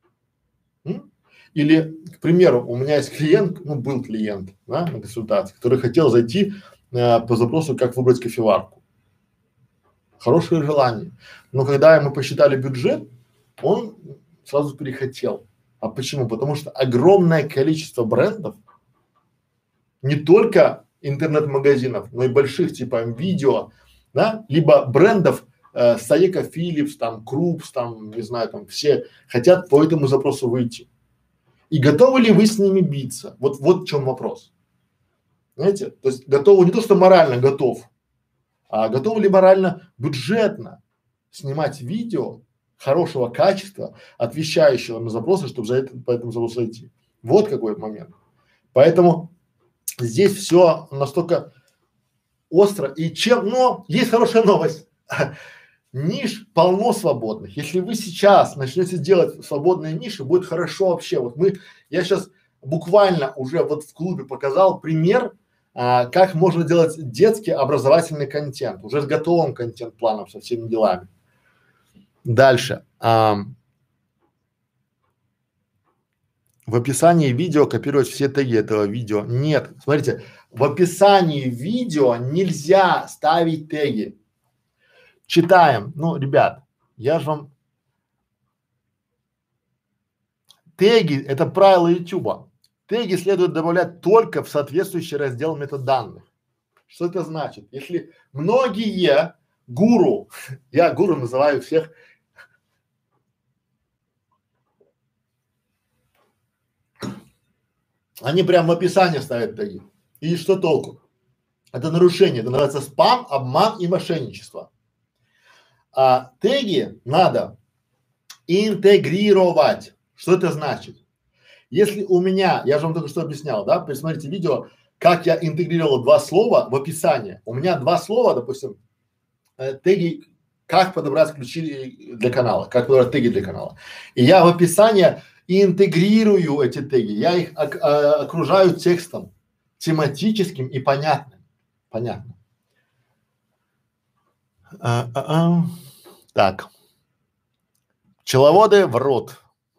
М? Или, к примеру, у меня есть клиент, ну, был клиент, да, на консультации, который хотел зайти э, по запросу, как выбрать кофеварку. Хорошее желание. Но когда ему посчитали бюджет, он сразу перехотел. А почему? Потому что огромное количество брендов, не только интернет-магазинов, но и больших типа видео, да, либо брендов э, Саека Philips, там, Крупс, там, не знаю, там, все хотят по этому запросу выйти. И готовы ли вы с ними биться? Вот, вот в чем вопрос. Знаете, то есть готовы не то, что морально готов, а готовы ли морально бюджетно снимать видео хорошего качества, отвечающего на запросы, чтобы за это, по этому запросу зайти. Вот какой момент. Поэтому здесь все настолько остро и чем, но есть хорошая новость. Ниш полно свободных. Если вы сейчас начнете делать свободные ниши, будет хорошо вообще. Вот мы, я сейчас буквально уже вот в клубе показал пример, а, как можно делать детский образовательный контент, уже с готовым контент-планом, со всеми делами. Дальше. А, в описании видео копировать все теги этого видео. Нет, смотрите, в описании видео нельзя ставить теги. Читаем. Ну, ребят, я же вам… Теги – это правило Ютуба. Теги следует добавлять только в соответствующий раздел метаданных. Что это значит? Если многие гуру, я гуру называю всех, они прям в описании ставят теги. И что толку? Это нарушение, это называется спам, обман и мошенничество. А теги надо интегрировать. Что это значит? Если у меня, я же вам только что объяснял, да, посмотрите видео, как я интегрировал два слова в описание. У меня два слова, допустим, э, теги, как подобрать ключи для канала, как подобрать теги для канала. И я в описание и интегрирую эти теги, я их ок- а, окружаю текстом тематическим и понятным. Понятно. А, а, а. Так. Пчеловоды врут.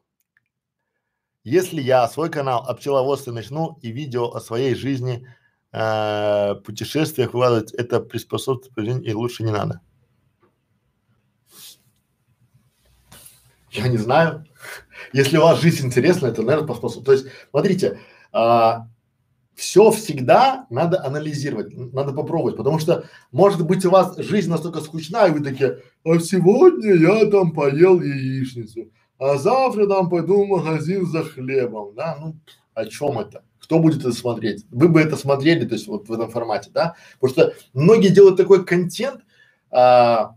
Если я свой канал о пчеловодстве начну и видео о своей жизни, э, путешествиях выкладывать, это приспособствует жизни и лучше не надо. Я не знаю. Если у вас жизнь интересна, это, наверное, поспособствует. То есть, смотрите, а, все всегда надо анализировать, надо попробовать, потому что, может быть, у вас жизнь настолько скучна, и вы такие, а сегодня я там поел яичницу, а завтра там пойду в магазин за хлебом, да, ну, о чем это? Кто будет это смотреть? Вы бы это смотрели, то есть вот в этом формате, да? Потому что многие делают такой контент, а,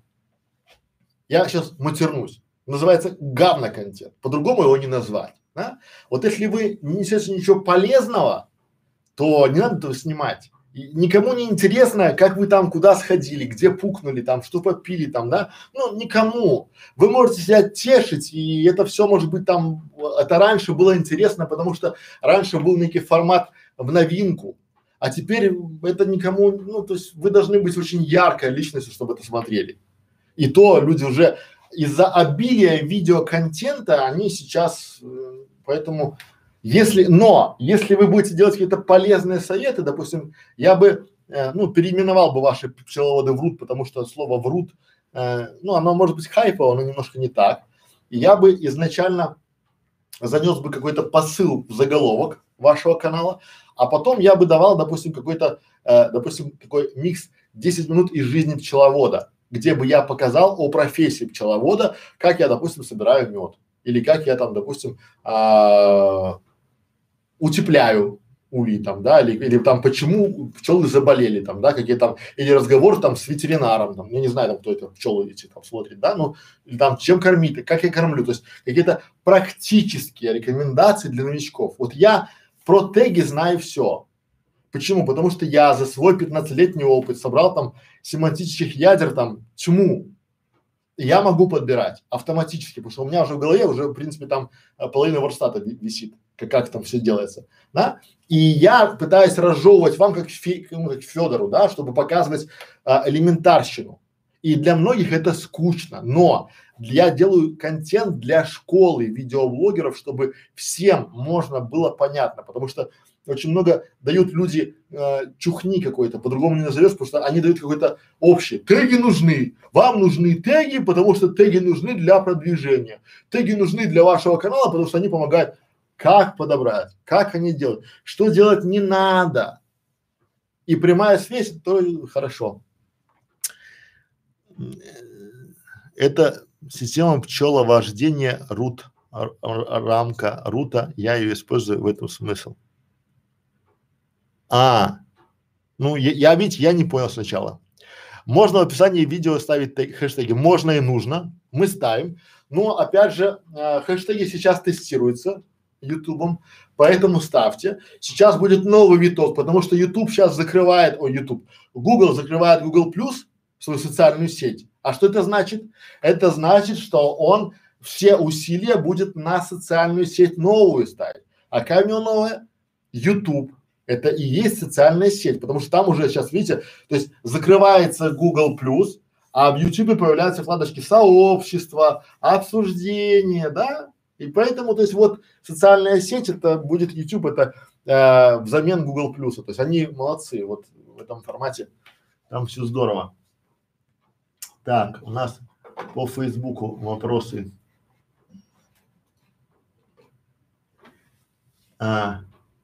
я сейчас матернусь, называется говно-контент, по-другому его не назвать, да? Вот если вы не несете ничего полезного, то не надо этого снимать. И никому не интересно, как вы там куда сходили, где пукнули там, что попили там, да, ну никому. Вы можете себя тешить, и это все может быть там, это раньше было интересно, потому что раньше был некий формат в новинку, а теперь это никому, ну то есть вы должны быть очень яркой личностью, чтобы это смотрели. И то люди уже из-за обилия видеоконтента, они сейчас, э, поэтому если, но если вы будете делать какие-то полезные советы, допустим, я бы, э, ну, переименовал бы ваши пчеловоды врут, потому что слово врут, э, ну, оно может быть хайпово, но немножко не так. И я бы изначально занес бы какой-то посыл в заголовок вашего канала, а потом я бы давал, допустим, какой-то, э, допустим, такой микс десять минут из жизни пчеловода, где бы я показал о профессии пчеловода, как я, допустим, собираю мед, или как я там, допустим, а, утепляю улей там, да, или, или там почему пчелы заболели там, да, какие там, или разговор там с ветеринаром, там, я не знаю, там, кто это пчелы эти там смотрит, да, ну, или там чем кормить, как я кормлю, то есть какие-то практические рекомендации для новичков. Вот я про теги знаю все. Почему? Потому что я за свой пятнадцатилетний опыт собрал там семантических ядер там тьму. И я могу подбирать автоматически, потому что у меня уже в голове уже, в принципе, там а, половина ворстата висит, как, как там все делается, да? И я пытаюсь разжевывать вам как, фи, ну, как Федору, да, чтобы показывать а, элементарщину. И для многих это скучно, но я делаю контент для школы видеоблогеров, чтобы всем можно было понятно, потому что очень много дают люди э, чухни какой-то, по-другому не назовешь, потому что они дают какой-то общий. Теги нужны, вам нужны теги, потому что теги нужны для продвижения. Теги нужны для вашего канала, потому что они помогают, как подобрать, как они делают, что делать не надо. И прямая связь, то хорошо. Это система пчеловождения рут, рамка рута, я ее использую в этом смысл. А, ну я, я видите, я не понял сначала. Можно в описании видео ставить тег, хэштеги, можно и нужно, мы ставим, но опять же э, хэштеги сейчас тестируются ютубом, поэтому ставьте. Сейчас будет новый виток, потому что YouTube сейчас закрывает, ой, YouTube, Google закрывает Google Plus, свою социальную сеть. А что это значит? Это значит, что он все усилия будет на социальную сеть новую ставить. А какая у него новая? YouTube. Это и есть социальная сеть, потому что там уже сейчас, видите, то есть закрывается Google Plus, а в YouTube появляются вкладочки сообщества, обсуждения, да? И поэтому, то есть вот социальная сеть это будет YouTube, это э, взамен Google Plus. То есть они молодцы вот в этом формате, там все здорово. Так, у нас по Фейсбуку вопросы. А.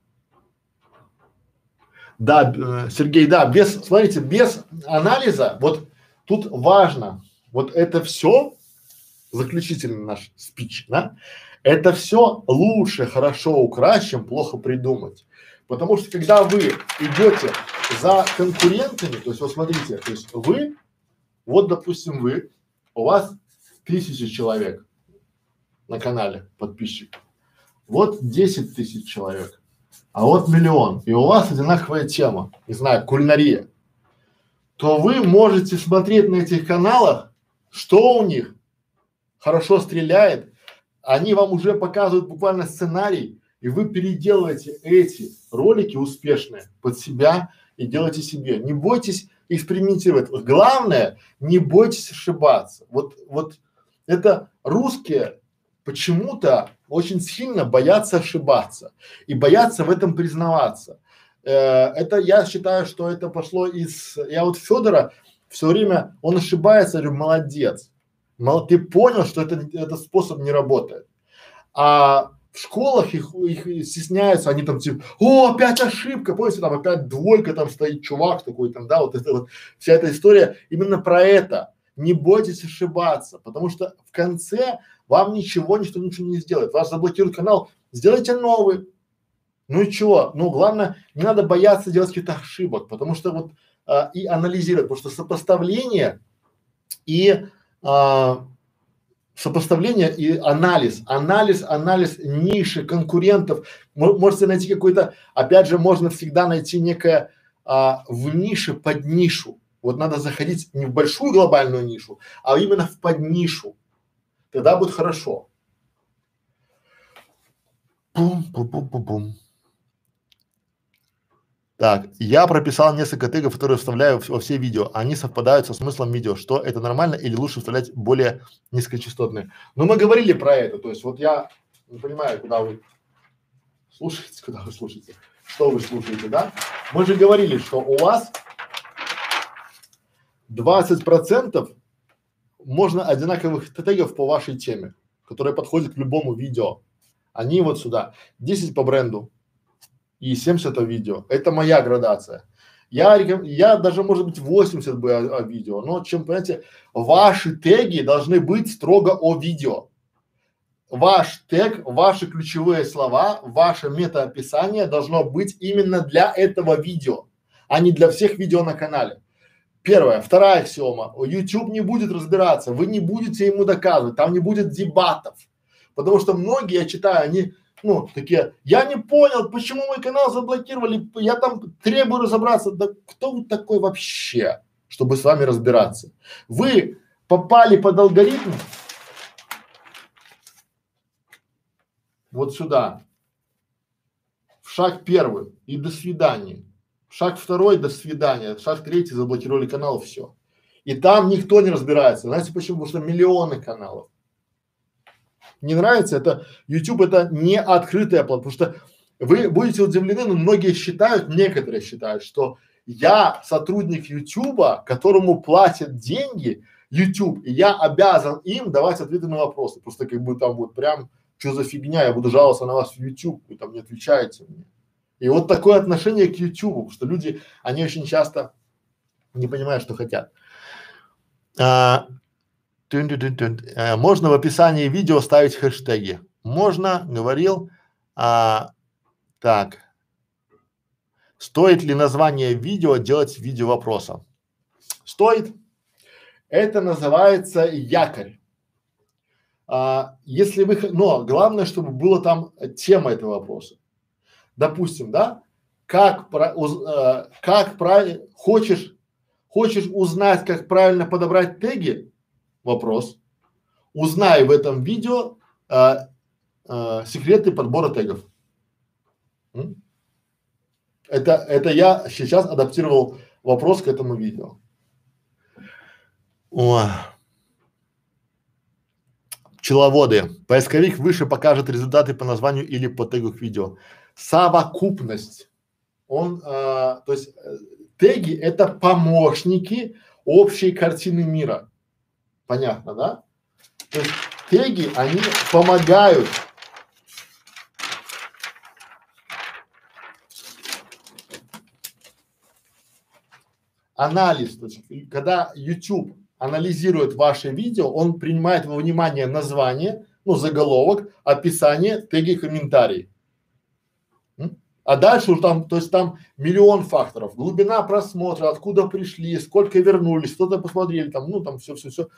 Да, э, Сергей, да, без, смотрите, без анализа, вот тут важно, вот это все, заключительный наш спич, да, это все лучше хорошо украсть, чем плохо придумать. Потому что когда вы идете за конкурентами, то есть вот смотрите, то есть вы, вот допустим вы, у вас тысяча человек на канале подписчиков, вот десять тысяч человек. А вот миллион, и у вас одинаковая тема, не знаю, кулинария, то вы можете смотреть на этих каналах, что у них хорошо стреляет, они вам уже показывают буквально сценарий, и вы переделываете эти ролики успешные под себя и делаете себе. Не бойтесь экспериментировать. Главное, не бойтесь ошибаться. Вот, вот это русские почему-то очень сильно боятся ошибаться и боятся в этом признаваться. Э, это я считаю, что это пошло из… Я вот Федора все время, он ошибается, я говорю, молодец. Мол, ты понял, что это, этот способ не работает. А в школах их, их стесняются, они там типа, о, опять ошибка, помните, там опять двойка, там стоит чувак такой там, да, вот это вот, вся эта история именно про это. Не бойтесь ошибаться, потому что в конце вам ничего, никто ничего не сделает. Вас заблокирует канал, сделайте новый. Ну и чего? Ну, главное, не надо бояться делать каких-то ошибок, потому что вот а, и анализировать, потому что сопоставление и а, сопоставление и анализ, анализ, анализ ниши, конкурентов. Вы можете найти какой-то, опять же, можно всегда найти некое а, в нише под нишу. Вот надо заходить не в большую глобальную нишу, а именно в поднишу. Тогда будет хорошо. Пум-пум-пум-пум-пум. Так, я прописал несколько тегов, которые вставляю во все видео. Они совпадают со смыслом видео. Что это нормально или лучше вставлять более низкочастотные? Ну, мы говорили про это. То есть вот я не понимаю, куда вы слушаете, куда вы слушаете, что вы слушаете, да? Мы же говорили, что у вас двадцать процентов можно одинаковых тегов по вашей теме, которые подходят к любому видео. Они вот сюда. десять по бренду. И семьдесят о видео. Это моя градация. Я, я даже, может быть, восемьдесят бы о, о видео, но чем, понимаете, ваши теги должны быть строго о видео. Ваш тег, ваши ключевые слова, ваше метаописание должно быть именно для этого видео, а не для всех видео на канале. Первое. Вторая аксиома. YouTube не будет разбираться, вы не будете ему доказывать, там не будет дебатов. Потому что многие, я читаю, они ну, такие, я не понял, почему мой канал заблокировали, я там требую разобраться. Да кто вы такой вообще, чтобы с вами разбираться? Вы попали под алгоритм вот сюда, в шаг первый и до свидания. Шаг второй, до свидания. Шаг третий, заблокировали канал, все. И там никто не разбирается. Знаете почему? Потому что миллионы каналов. Не нравится, это YouTube, это не открытая платформа, потому что вы будете удивлены, но многие считают, некоторые считают, что я сотрудник YouTube, которому платят деньги YouTube, и я обязан им давать ответы на вопросы. Просто как бы там вот прям, что за фигня, я буду жаловаться на вас в YouTube, вы там не отвечаете мне. И вот такое отношение к YouTube, потому что люди, они очень часто не понимают, что хотят. А, Тун-тун-тун-тун. Э, можно в описании видео ставить хэштеги. Можно, говорил. А, так. Стоит ли название видео делать в виде вопроса? Стоит. Это называется якорь. А, если вы, но главное, чтобы была там тема этого вопроса. Допустим, да, как, про, уз, э, как правильно, хочешь, хочешь узнать, как правильно подобрать теги? Вопрос. Узнай в этом видео а, а, секреты подбора тегов. М? Это, это я сейчас адаптировал вопрос к этому видео. О. Пчеловоды. Поисковик выше покажет результаты по названию или по тегу к видео. Совокупность. Он, а, то есть э, теги это помощники общей картины мира. Понятно, да? То есть теги, они помогают анализ, то есть когда YouTube анализирует ваше видео, он принимает во внимание название, ну заголовок, описание, теги, комментарии. М? А дальше уже там, то есть там миллион факторов, глубина просмотра, откуда пришли, сколько вернулись, что-то посмотрели, там, ну там все, все, все.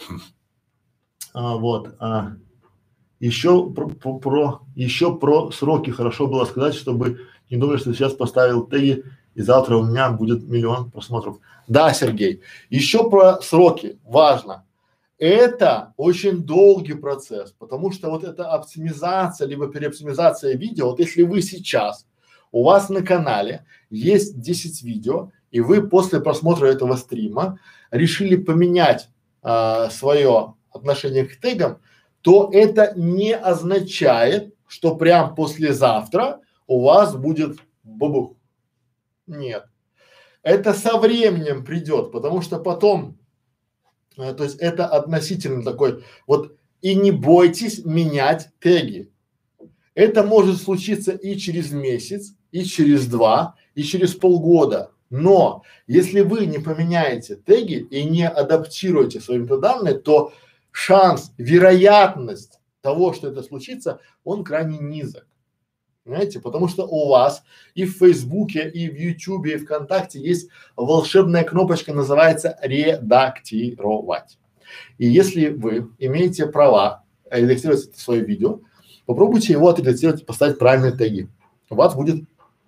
А, вот. А, еще про, про, про, еще про сроки хорошо было сказать, чтобы не думали, что сейчас поставил теги и завтра у меня будет миллион просмотров. Да, Сергей. Еще про сроки важно. Это очень долгий процесс, потому что вот эта оптимизация, либо переоптимизация видео, вот если вы сейчас, у вас на канале есть десять видео, и вы после просмотра этого стрима решили поменять а, свое отношение к тегам, то это не означает, что прям послезавтра у вас будет бабух. Нет. Это со временем придет, потому что потом, э, то есть это относительно такой вот, и не бойтесь менять теги. Это может случиться и через месяц, и через два, и через полгода. Но если вы не поменяете теги и не адаптируете свои метаданные, то шанс, вероятность того, что это случится, он крайне низок. Понимаете? Потому что у вас и в Фейсбуке, и в Ютубе, и ВКонтакте есть волшебная кнопочка, называется «Редактировать». И если вы имеете права редактировать свое видео, попробуйте его отредактировать, поставить правильные теги. У вас будет…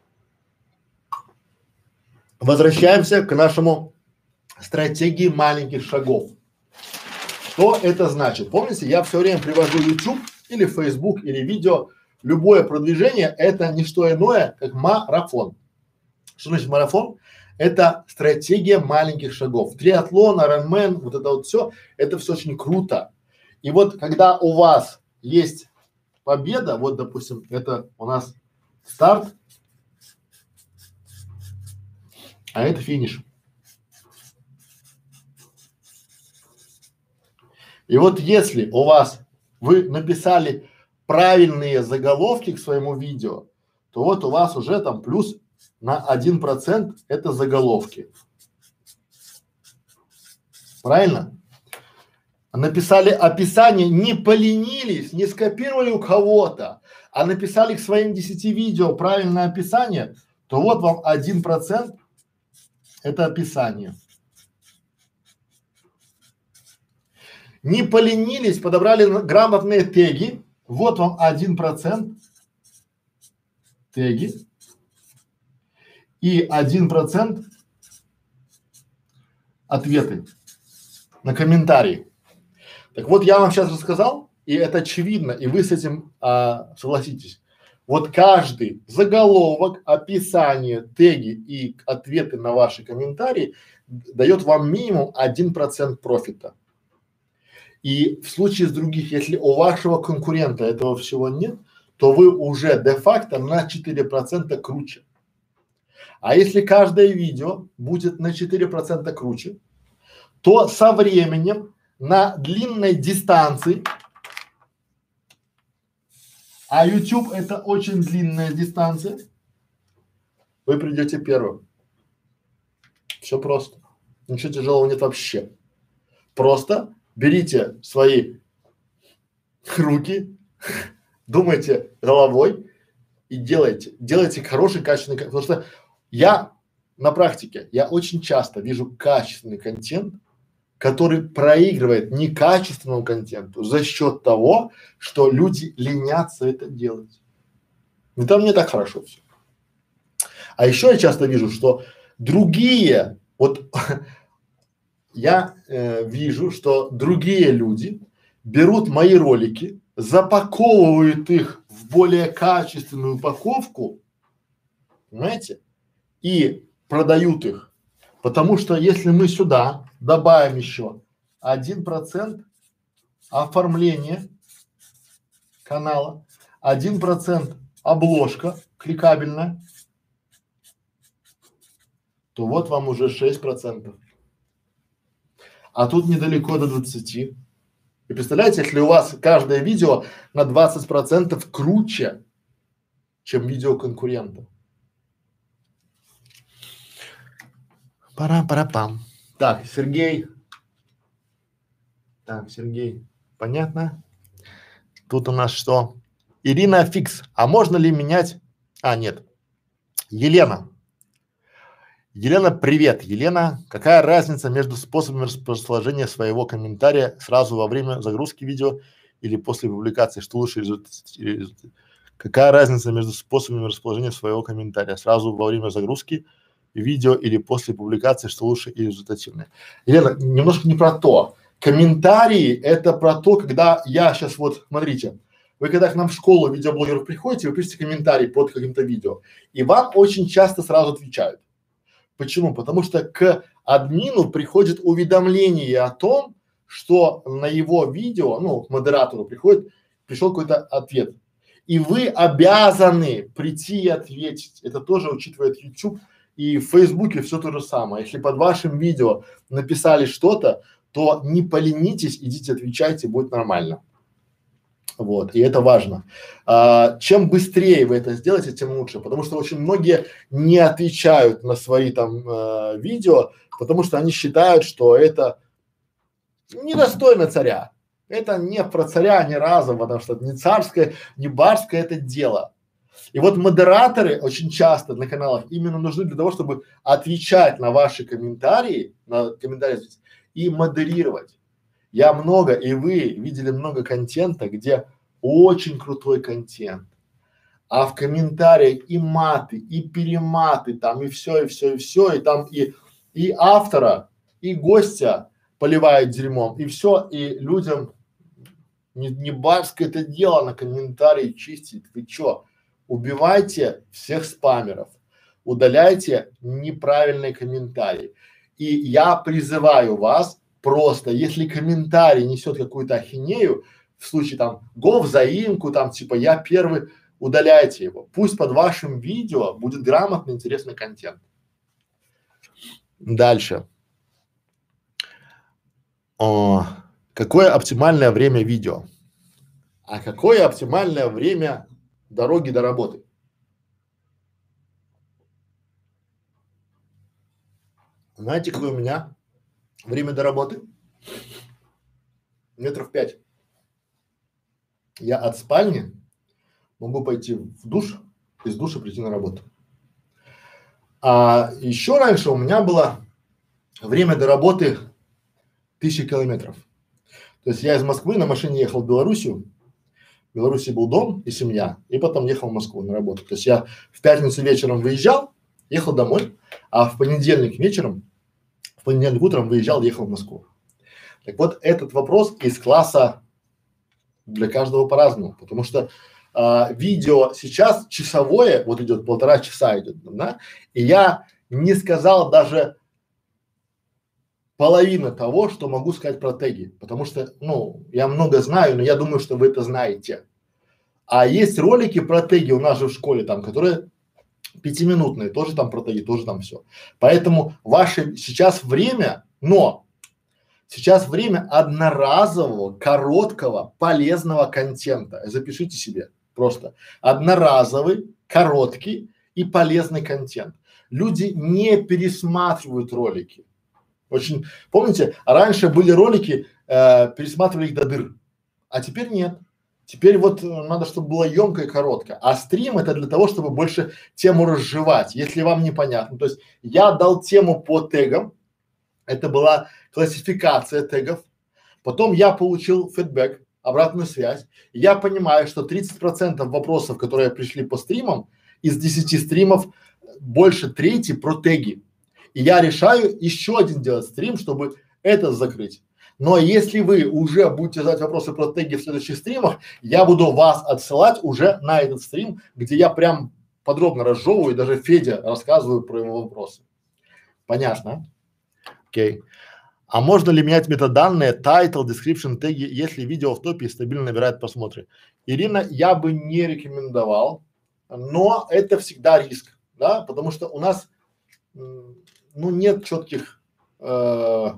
Возвращаемся к нашему стратегии маленьких шагов. Что это значит? Помните, я все время привожу YouTube или Facebook или видео. Любое продвижение – это не что иное, как марафон. Что значит марафон? Это стратегия маленьких шагов. Триатлон, Ironman, вот это вот все, это все очень круто. И вот когда у вас есть победа, вот допустим, это у нас старт, а это финиш. И вот если у вас, вы написали правильные заголовки к своему видео, то вот у вас уже там плюс на один процент это заголовки. Правильно? Написали описание, не поленились, не скопировали у кого-то, а написали к своим десяти видео правильное описание, то вот вам один процент это описание. Не поленились, подобрали грамотные теги, вот вам один процент теги и один процент ответы на комментарии. Так вот, я вам сейчас рассказал, и это очевидно, и вы с этим а, согласитесь. Вот каждый заголовок, описание, теги и ответы на ваши комментарии дает вам минимум один процент профита. И в случае с других, если у вашего конкурента этого всего нет, то вы уже де-факто на четыре процента круче. А если каждое видео будет на четыре процента круче, то со временем на длинной дистанции, а YouTube это очень длинная дистанция, вы придете первым. Все просто. Ничего тяжелого нет вообще. Просто берите свои руки, думайте головой и делайте. Делайте хороший, качественный, потому что я на практике, я очень часто вижу качественный контент, который проигрывает некачественному контенту за счет того, что люди ленятся это делать. И там не так хорошо все. А еще я часто вижу, что другие, вот я э, вижу, что другие люди берут мои ролики, запаковывают их в более качественную упаковку, понимаете, и продают их. Потому что если мы сюда добавим еще один процент оформления канала, один процент обложка кликабельная, то вот вам уже шесть процентов. А тут недалеко до двадцати. И представляете, если у вас каждое видео на двадцать процентов круче, чем видео конкурента. Пара-пара-пам. Так, Сергей. Так, Сергей. Понятно? Тут у нас что? Ирина Фикс. А можно ли менять? А, нет. Елена. Елена, привет. Елена, какая разница между способами расположения своего комментария сразу во время загрузки видео или после публикации? Что лучше результат? Какая разница между способами расположения своего комментария сразу во время загрузки видео или после публикации, что лучше и результативнее? Елена, немножко не про то. Комментарии – это про то, когда я сейчас вот, смотрите, вы когда к нам в школу видеоблогеров приходите, вы пишете комментарий под каким-то видео, и вам очень часто сразу отвечают. Почему? Потому что к админу приходит уведомление о том, что на его видео, ну, к модератору приходит, пришел какой-то ответ. И вы обязаны прийти и ответить. Это тоже учитывает YouTube и в Фейсбуке все то же самое. Если под вашим видео написали что-то, то не поленитесь, идите отвечайте, будет нормально. Вот, и это важно. А, чем быстрее вы это сделаете, тем лучше, потому что очень многие не отвечают на свои там э, видео, потому что они считают, что это недостойно царя. Это не про царя ни разу, потому что это не царское, не барское это дело. И вот модераторы очень часто на каналах именно нужны для того, чтобы отвечать на ваши комментарии, на комментарии и модерировать. Я много, и вы видели много контента, где очень крутой контент, а в комментариях и маты, и перематы там, и все, и все, и все, и там и, и автора, и гостя поливают дерьмом, и все, и людям не, не барское это дело на комментарии чистить. Вы чё? Убивайте всех спамеров, удаляйте неправильные комментарии. И я призываю вас просто, если комментарий несет какую-то ахинею, в случае там го взаимку, там типа я первый, удаляйте его. Пусть под вашим видео будет грамотный, интересный контент. Дальше. О, какое оптимальное время видео? А какое оптимальное время дороги до работы? Знаете, какое у меня время до работы? Метров пять. Я от спальни могу пойти в душ, из душа прийти на работу. А еще раньше у меня было время до работы тысячи километров. То есть я из Москвы на машине ехал в Белоруссию, в Беларуси был дом и семья, и потом ехал в Москву на работу. То есть я в пятницу вечером выезжал, ехал домой, а в понедельник вечером, в понедельник утром выезжал, ехал в Москву. Так вот, этот вопрос из класса для каждого по-разному, потому что а, видео сейчас часовое, вот идет полтора часа идет, да, и я не сказал даже половину того, что могу сказать про теги, потому что, ну, я много знаю, но я думаю, что вы это знаете. А есть ролики про теги у нас же в школе там, которые пятиминутные, тоже там про теги, тоже там все. Поэтому ваше сейчас время, но сейчас время одноразового, короткого, полезного контента. Запишите себе просто. Одноразовый, короткий и полезный контент. Люди не пересматривают ролики. Очень, помните, раньше были ролики, э, пересматривали их до дыр, а теперь нет. Теперь вот надо, чтобы было емко и коротко. А стрим это для того, чтобы больше тему разжевать, если вам непонятно. То есть я дал тему по тегам, это была классификация тегов, потом я получил фидбэк, обратную связь, и я понимаю, что тридцать процентов вопросов, которые пришли по стримам, из десяти стримов больше трети про теги. И я решаю еще один делать стрим, чтобы это закрыть. Но если вы уже будете задать вопросы про теги в следующих стримах, я буду вас отсылать уже на этот стрим, где я прям подробно разжевываю, и даже Федя рассказываю про его вопросы. Понятно? Окей. Okay. А можно ли менять метаданные, title, description, теги, если видео в топе и стабильно набирает просмотры? Ирина, я бы не рекомендовал, но это всегда риск, да, потому что у нас, ну, нет четких, э,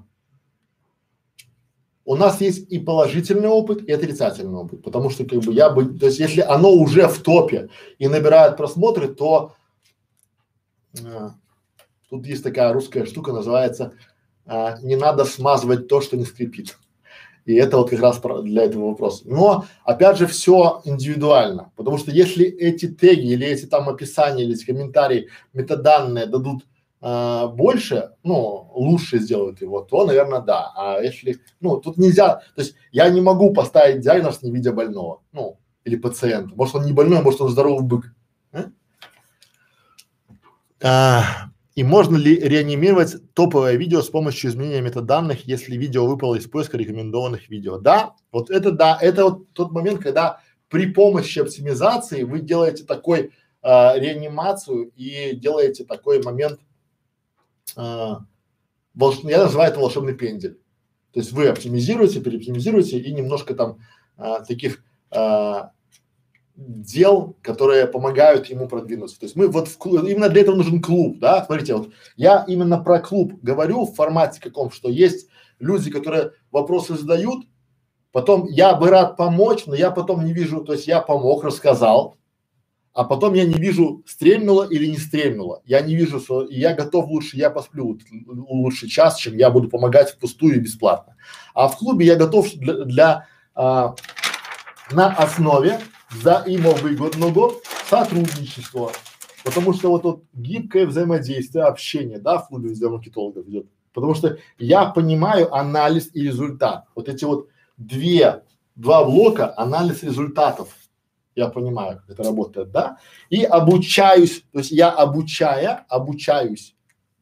у нас есть и положительный опыт, и отрицательный опыт, потому что как бы я бы, то есть если оно уже в топе и набирает просмотры, то э, тут есть такая русская штука, называется а, не надо смазывать то, что не скрипит. И это вот как раз про, для этого вопроса. Но опять же все индивидуально, потому что если эти теги или эти там описания или эти комментарии, метаданные дадут а, больше, ну лучше сделают его, то, наверное, да. А если, ну тут нельзя, то есть я не могу поставить диагноз, не видя больного, ну или пациента. Может он не больной, может он здоровый бык. А? А, И можно ли реанимировать топовое видео с помощью изменения метаданных, если видео выпало из поиска рекомендованных видео? Да, вот это да, это вот тот момент, когда при помощи оптимизации вы делаете такой а, реанимацию и делаете такой момент, а, волш... я называю это волшебный пендель. То есть вы оптимизируете, переоптимизируете и немножко там а, таких а, дел, которые помогают ему продвинуться. То есть мы вот в клуб, именно для этого нужен клуб, да, смотрите, вот я именно про клуб говорю в формате каком, что есть люди, которые вопросы задают, потом я бы рад помочь, но я потом не вижу, то есть я помог, рассказал, а потом я не вижу, стрельнуло или не стрельнуло. Я не вижу, что и я готов лучше, я посплю лучше час, чем я буду помогать впустую и бесплатно. А в клубе я готов для, для а, на основе взаимовыгодного сотрудничества. Потому что вот, вот гибкое взаимодействие, общение, да, в клубе видеомаркетологов идет. Потому что я понимаю анализ и результат. Вот эти вот две, два блока, анализ результатов. Я понимаю, как это работает, да? И обучаюсь, то есть я обучая, обучаюсь.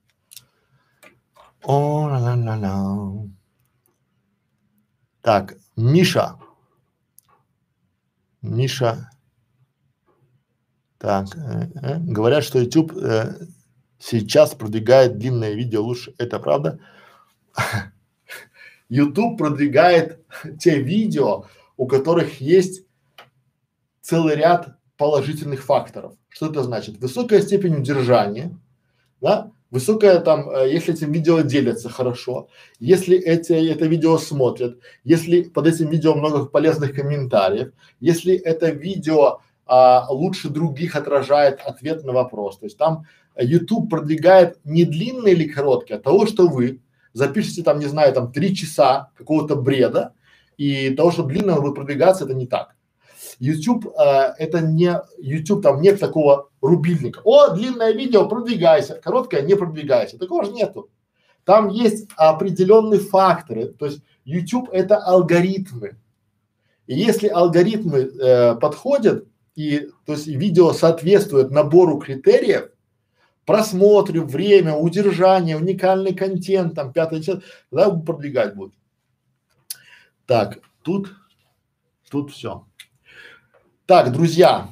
О, ла ла ла. Так, Миша. Миша. Так, э, э, говорят, что YouTube э, сейчас продвигает длинное видео лучше. Это правда? YouTube продвигает те видео, у которых есть целый ряд положительных факторов. Что это значит? Высокая степень удержания, да? Высокая там, э, если этим видео делятся хорошо, если эти, это видео смотрят, если под этим видео много полезных комментариев, если это видео а, лучше других отражает ответ на вопрос. То есть там YouTube продвигает не длинные или короткие, а того, что вы запишете там, не знаю, там три часа какого-то бреда, и того, что длинного вы продвигаться, это не так. YouTube э, это не YouTube, там нет такого рубильника. О, длинное видео, продвигайся, короткое не продвигайся. Такого же нету. Там есть определенные факторы. То есть YouTube это алгоритмы. И если алгоритмы э, подходят и то есть видео соответствует набору критериев, просмотру, время, удержание, уникальный контент, там пятое, десятое, тогда продвигать будут. Так, тут, тут все. Так, друзья.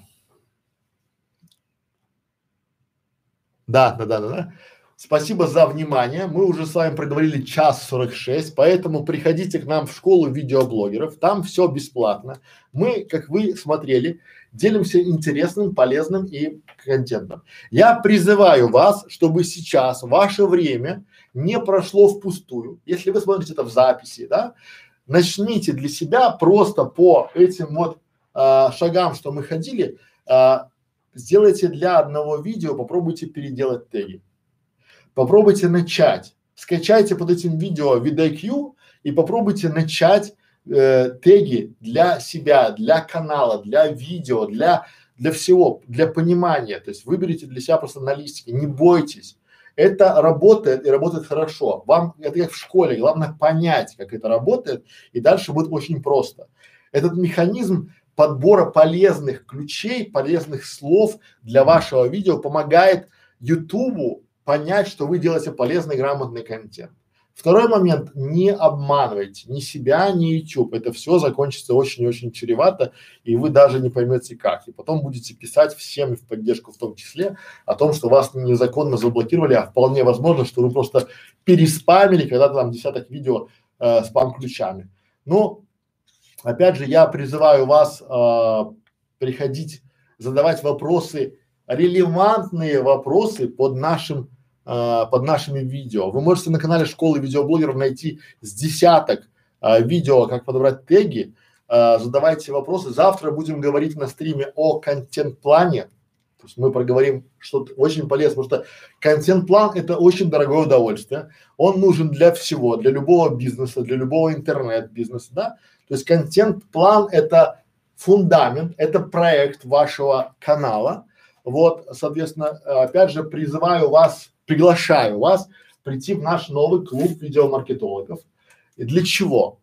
Да, да, да, да, да. Спасибо за внимание. Мы уже с вами проговорили час сорок шесть, поэтому приходите к нам в школу видеоблогеров. Там все бесплатно. Мы, как вы смотрели, делимся интересным, полезным и контентом. Я призываю вас, чтобы сейчас ваше время не прошло впустую. Если вы смотрите это в записи, да, начните для себя просто по этим вот а, шагам, что мы ходили, а, сделайте для одного видео, попробуйте переделать теги. Попробуйте начать, скачайте под этим видео видеокью и попробуйте начать э, теги для себя, для канала, для видео, для, для всего, для понимания. То есть выберите для себя просто на листике, не бойтесь. Это работает и работает хорошо. Вам это как в школе, главное понять, как это работает, и дальше будет очень просто. Этот механизм подбора полезных ключей, полезных слов для вашего видео помогает Ютубу понять, что вы делаете полезный, грамотный контент. Второй момент, не обманывайте ни себя, ни YouTube. Это все закончится очень-очень чревато, и вы даже не поймете как. И потом будете писать всем и в поддержку в том числе о том, что вас незаконно заблокировали, а вполне возможно, что вы просто переспамили когда-то там десяток видео э, спам-ключами. Но опять же, я призываю вас э, приходить, задавать вопросы, релевантные вопросы под нашим Uh, под нашими видео. Вы можете на канале школы видеоблогеров найти с десяток uh, видео, как подобрать теги. Uh, задавайте вопросы. Завтра будем говорить на стриме о контент-плане. То есть мы проговорим что-то очень полезное, потому что контент-план это очень дорогое удовольствие. Он нужен для всего, для любого бизнеса, для любого интернет-бизнеса, да. То есть контент-план это фундамент, это проект вашего канала. Вот, соответственно, опять же призываю вас Приглашаю вас прийти в наш новый клуб видеомаркетологов. И для чего?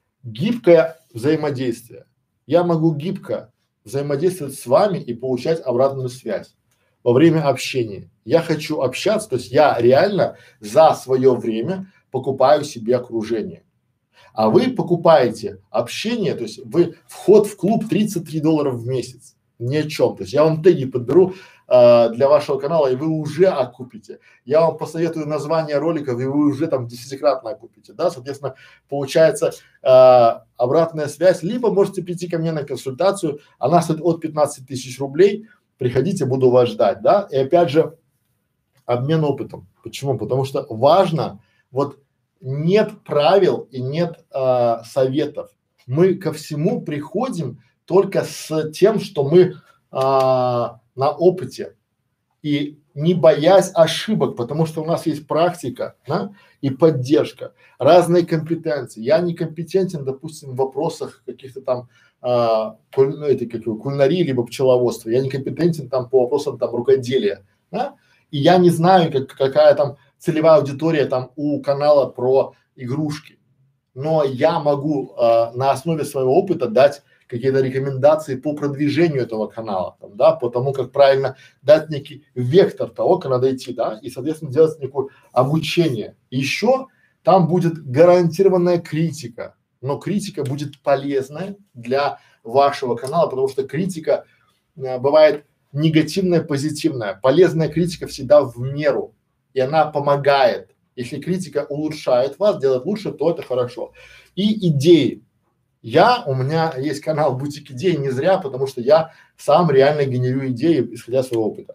Гибкое взаимодействие. Я могу гибко взаимодействовать с вами и получать обратную связь. во время общения. Я хочу общаться, то есть я реально за свое время покупаю себе окружение. А вы покупаете общение, то есть вы вход в клуб тридцать три доллара в месяц. Ни о чем. То есть я вам теги подберу э, для вашего канала, и вы уже окупите. Я вам посоветую название роликов, и вы уже там десятикратно окупите, да, соответственно, получается э, обратная связь, либо можете прийти ко мне на консультацию, она стоит от пятнадцати тысяч рублей, приходите, буду вас ждать, да, и опять же обмен опытом. Почему? Потому что важно, вот нет правил и нет э, советов. Мы ко всему приходим только с тем, что мы а, на опыте и не боясь ошибок, потому что у нас есть практика, да, и поддержка, разные компетенции. Я некомпетентен, допустим, в вопросах каких-то там а, куль, ну, это, как, кулинарии либо пчеловодства. Я некомпетентен там по вопросам там рукоделия, да, и я не знаю, как, какая там целевая аудитория там у канала про игрушки, но я могу а, на основе своего опыта дать какие-то рекомендации по продвижению этого канала, там, да, по тому, как правильно дать некий вектор того, как надо идти, да, и, соответственно, делать некое обучение. Еще там будет гарантированная критика, но критика будет полезная для вашего канала, потому что критика э, бывает негативная, позитивная. Полезная критика всегда в меру, и она помогает. Если критика улучшает вас, делает лучше, то это хорошо. И идеи. Я, у меня есть канал Бутик Идей не зря, потому что я сам реально генерирую идеи, исходя из своего опыта.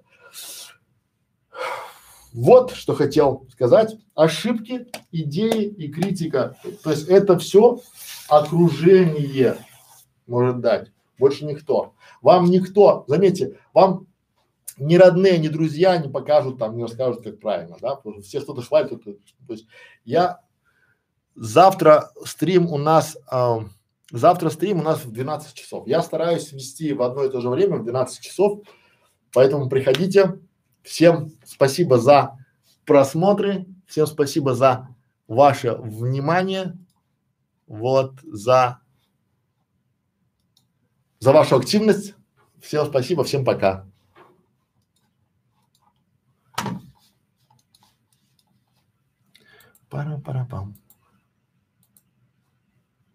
Вот что хотел сказать. Ошибки, идеи и критика. То есть это все окружение может дать. Больше никто. Вам никто, заметьте, вам ни родные, ни друзья не покажут там, не расскажут, как правильно, да, потому что все кто-то хвалит, кто-то, то есть я завтра стрим у нас э, Завтра стрим у нас в двенадцать часов. Я стараюсь вести в одно и то же время, в двенадцать часов, поэтому приходите. Всем спасибо за просмотры, всем спасибо за ваше внимание, вот, за, за вашу активность. Всем спасибо, всем пока. Пара-пара-пам.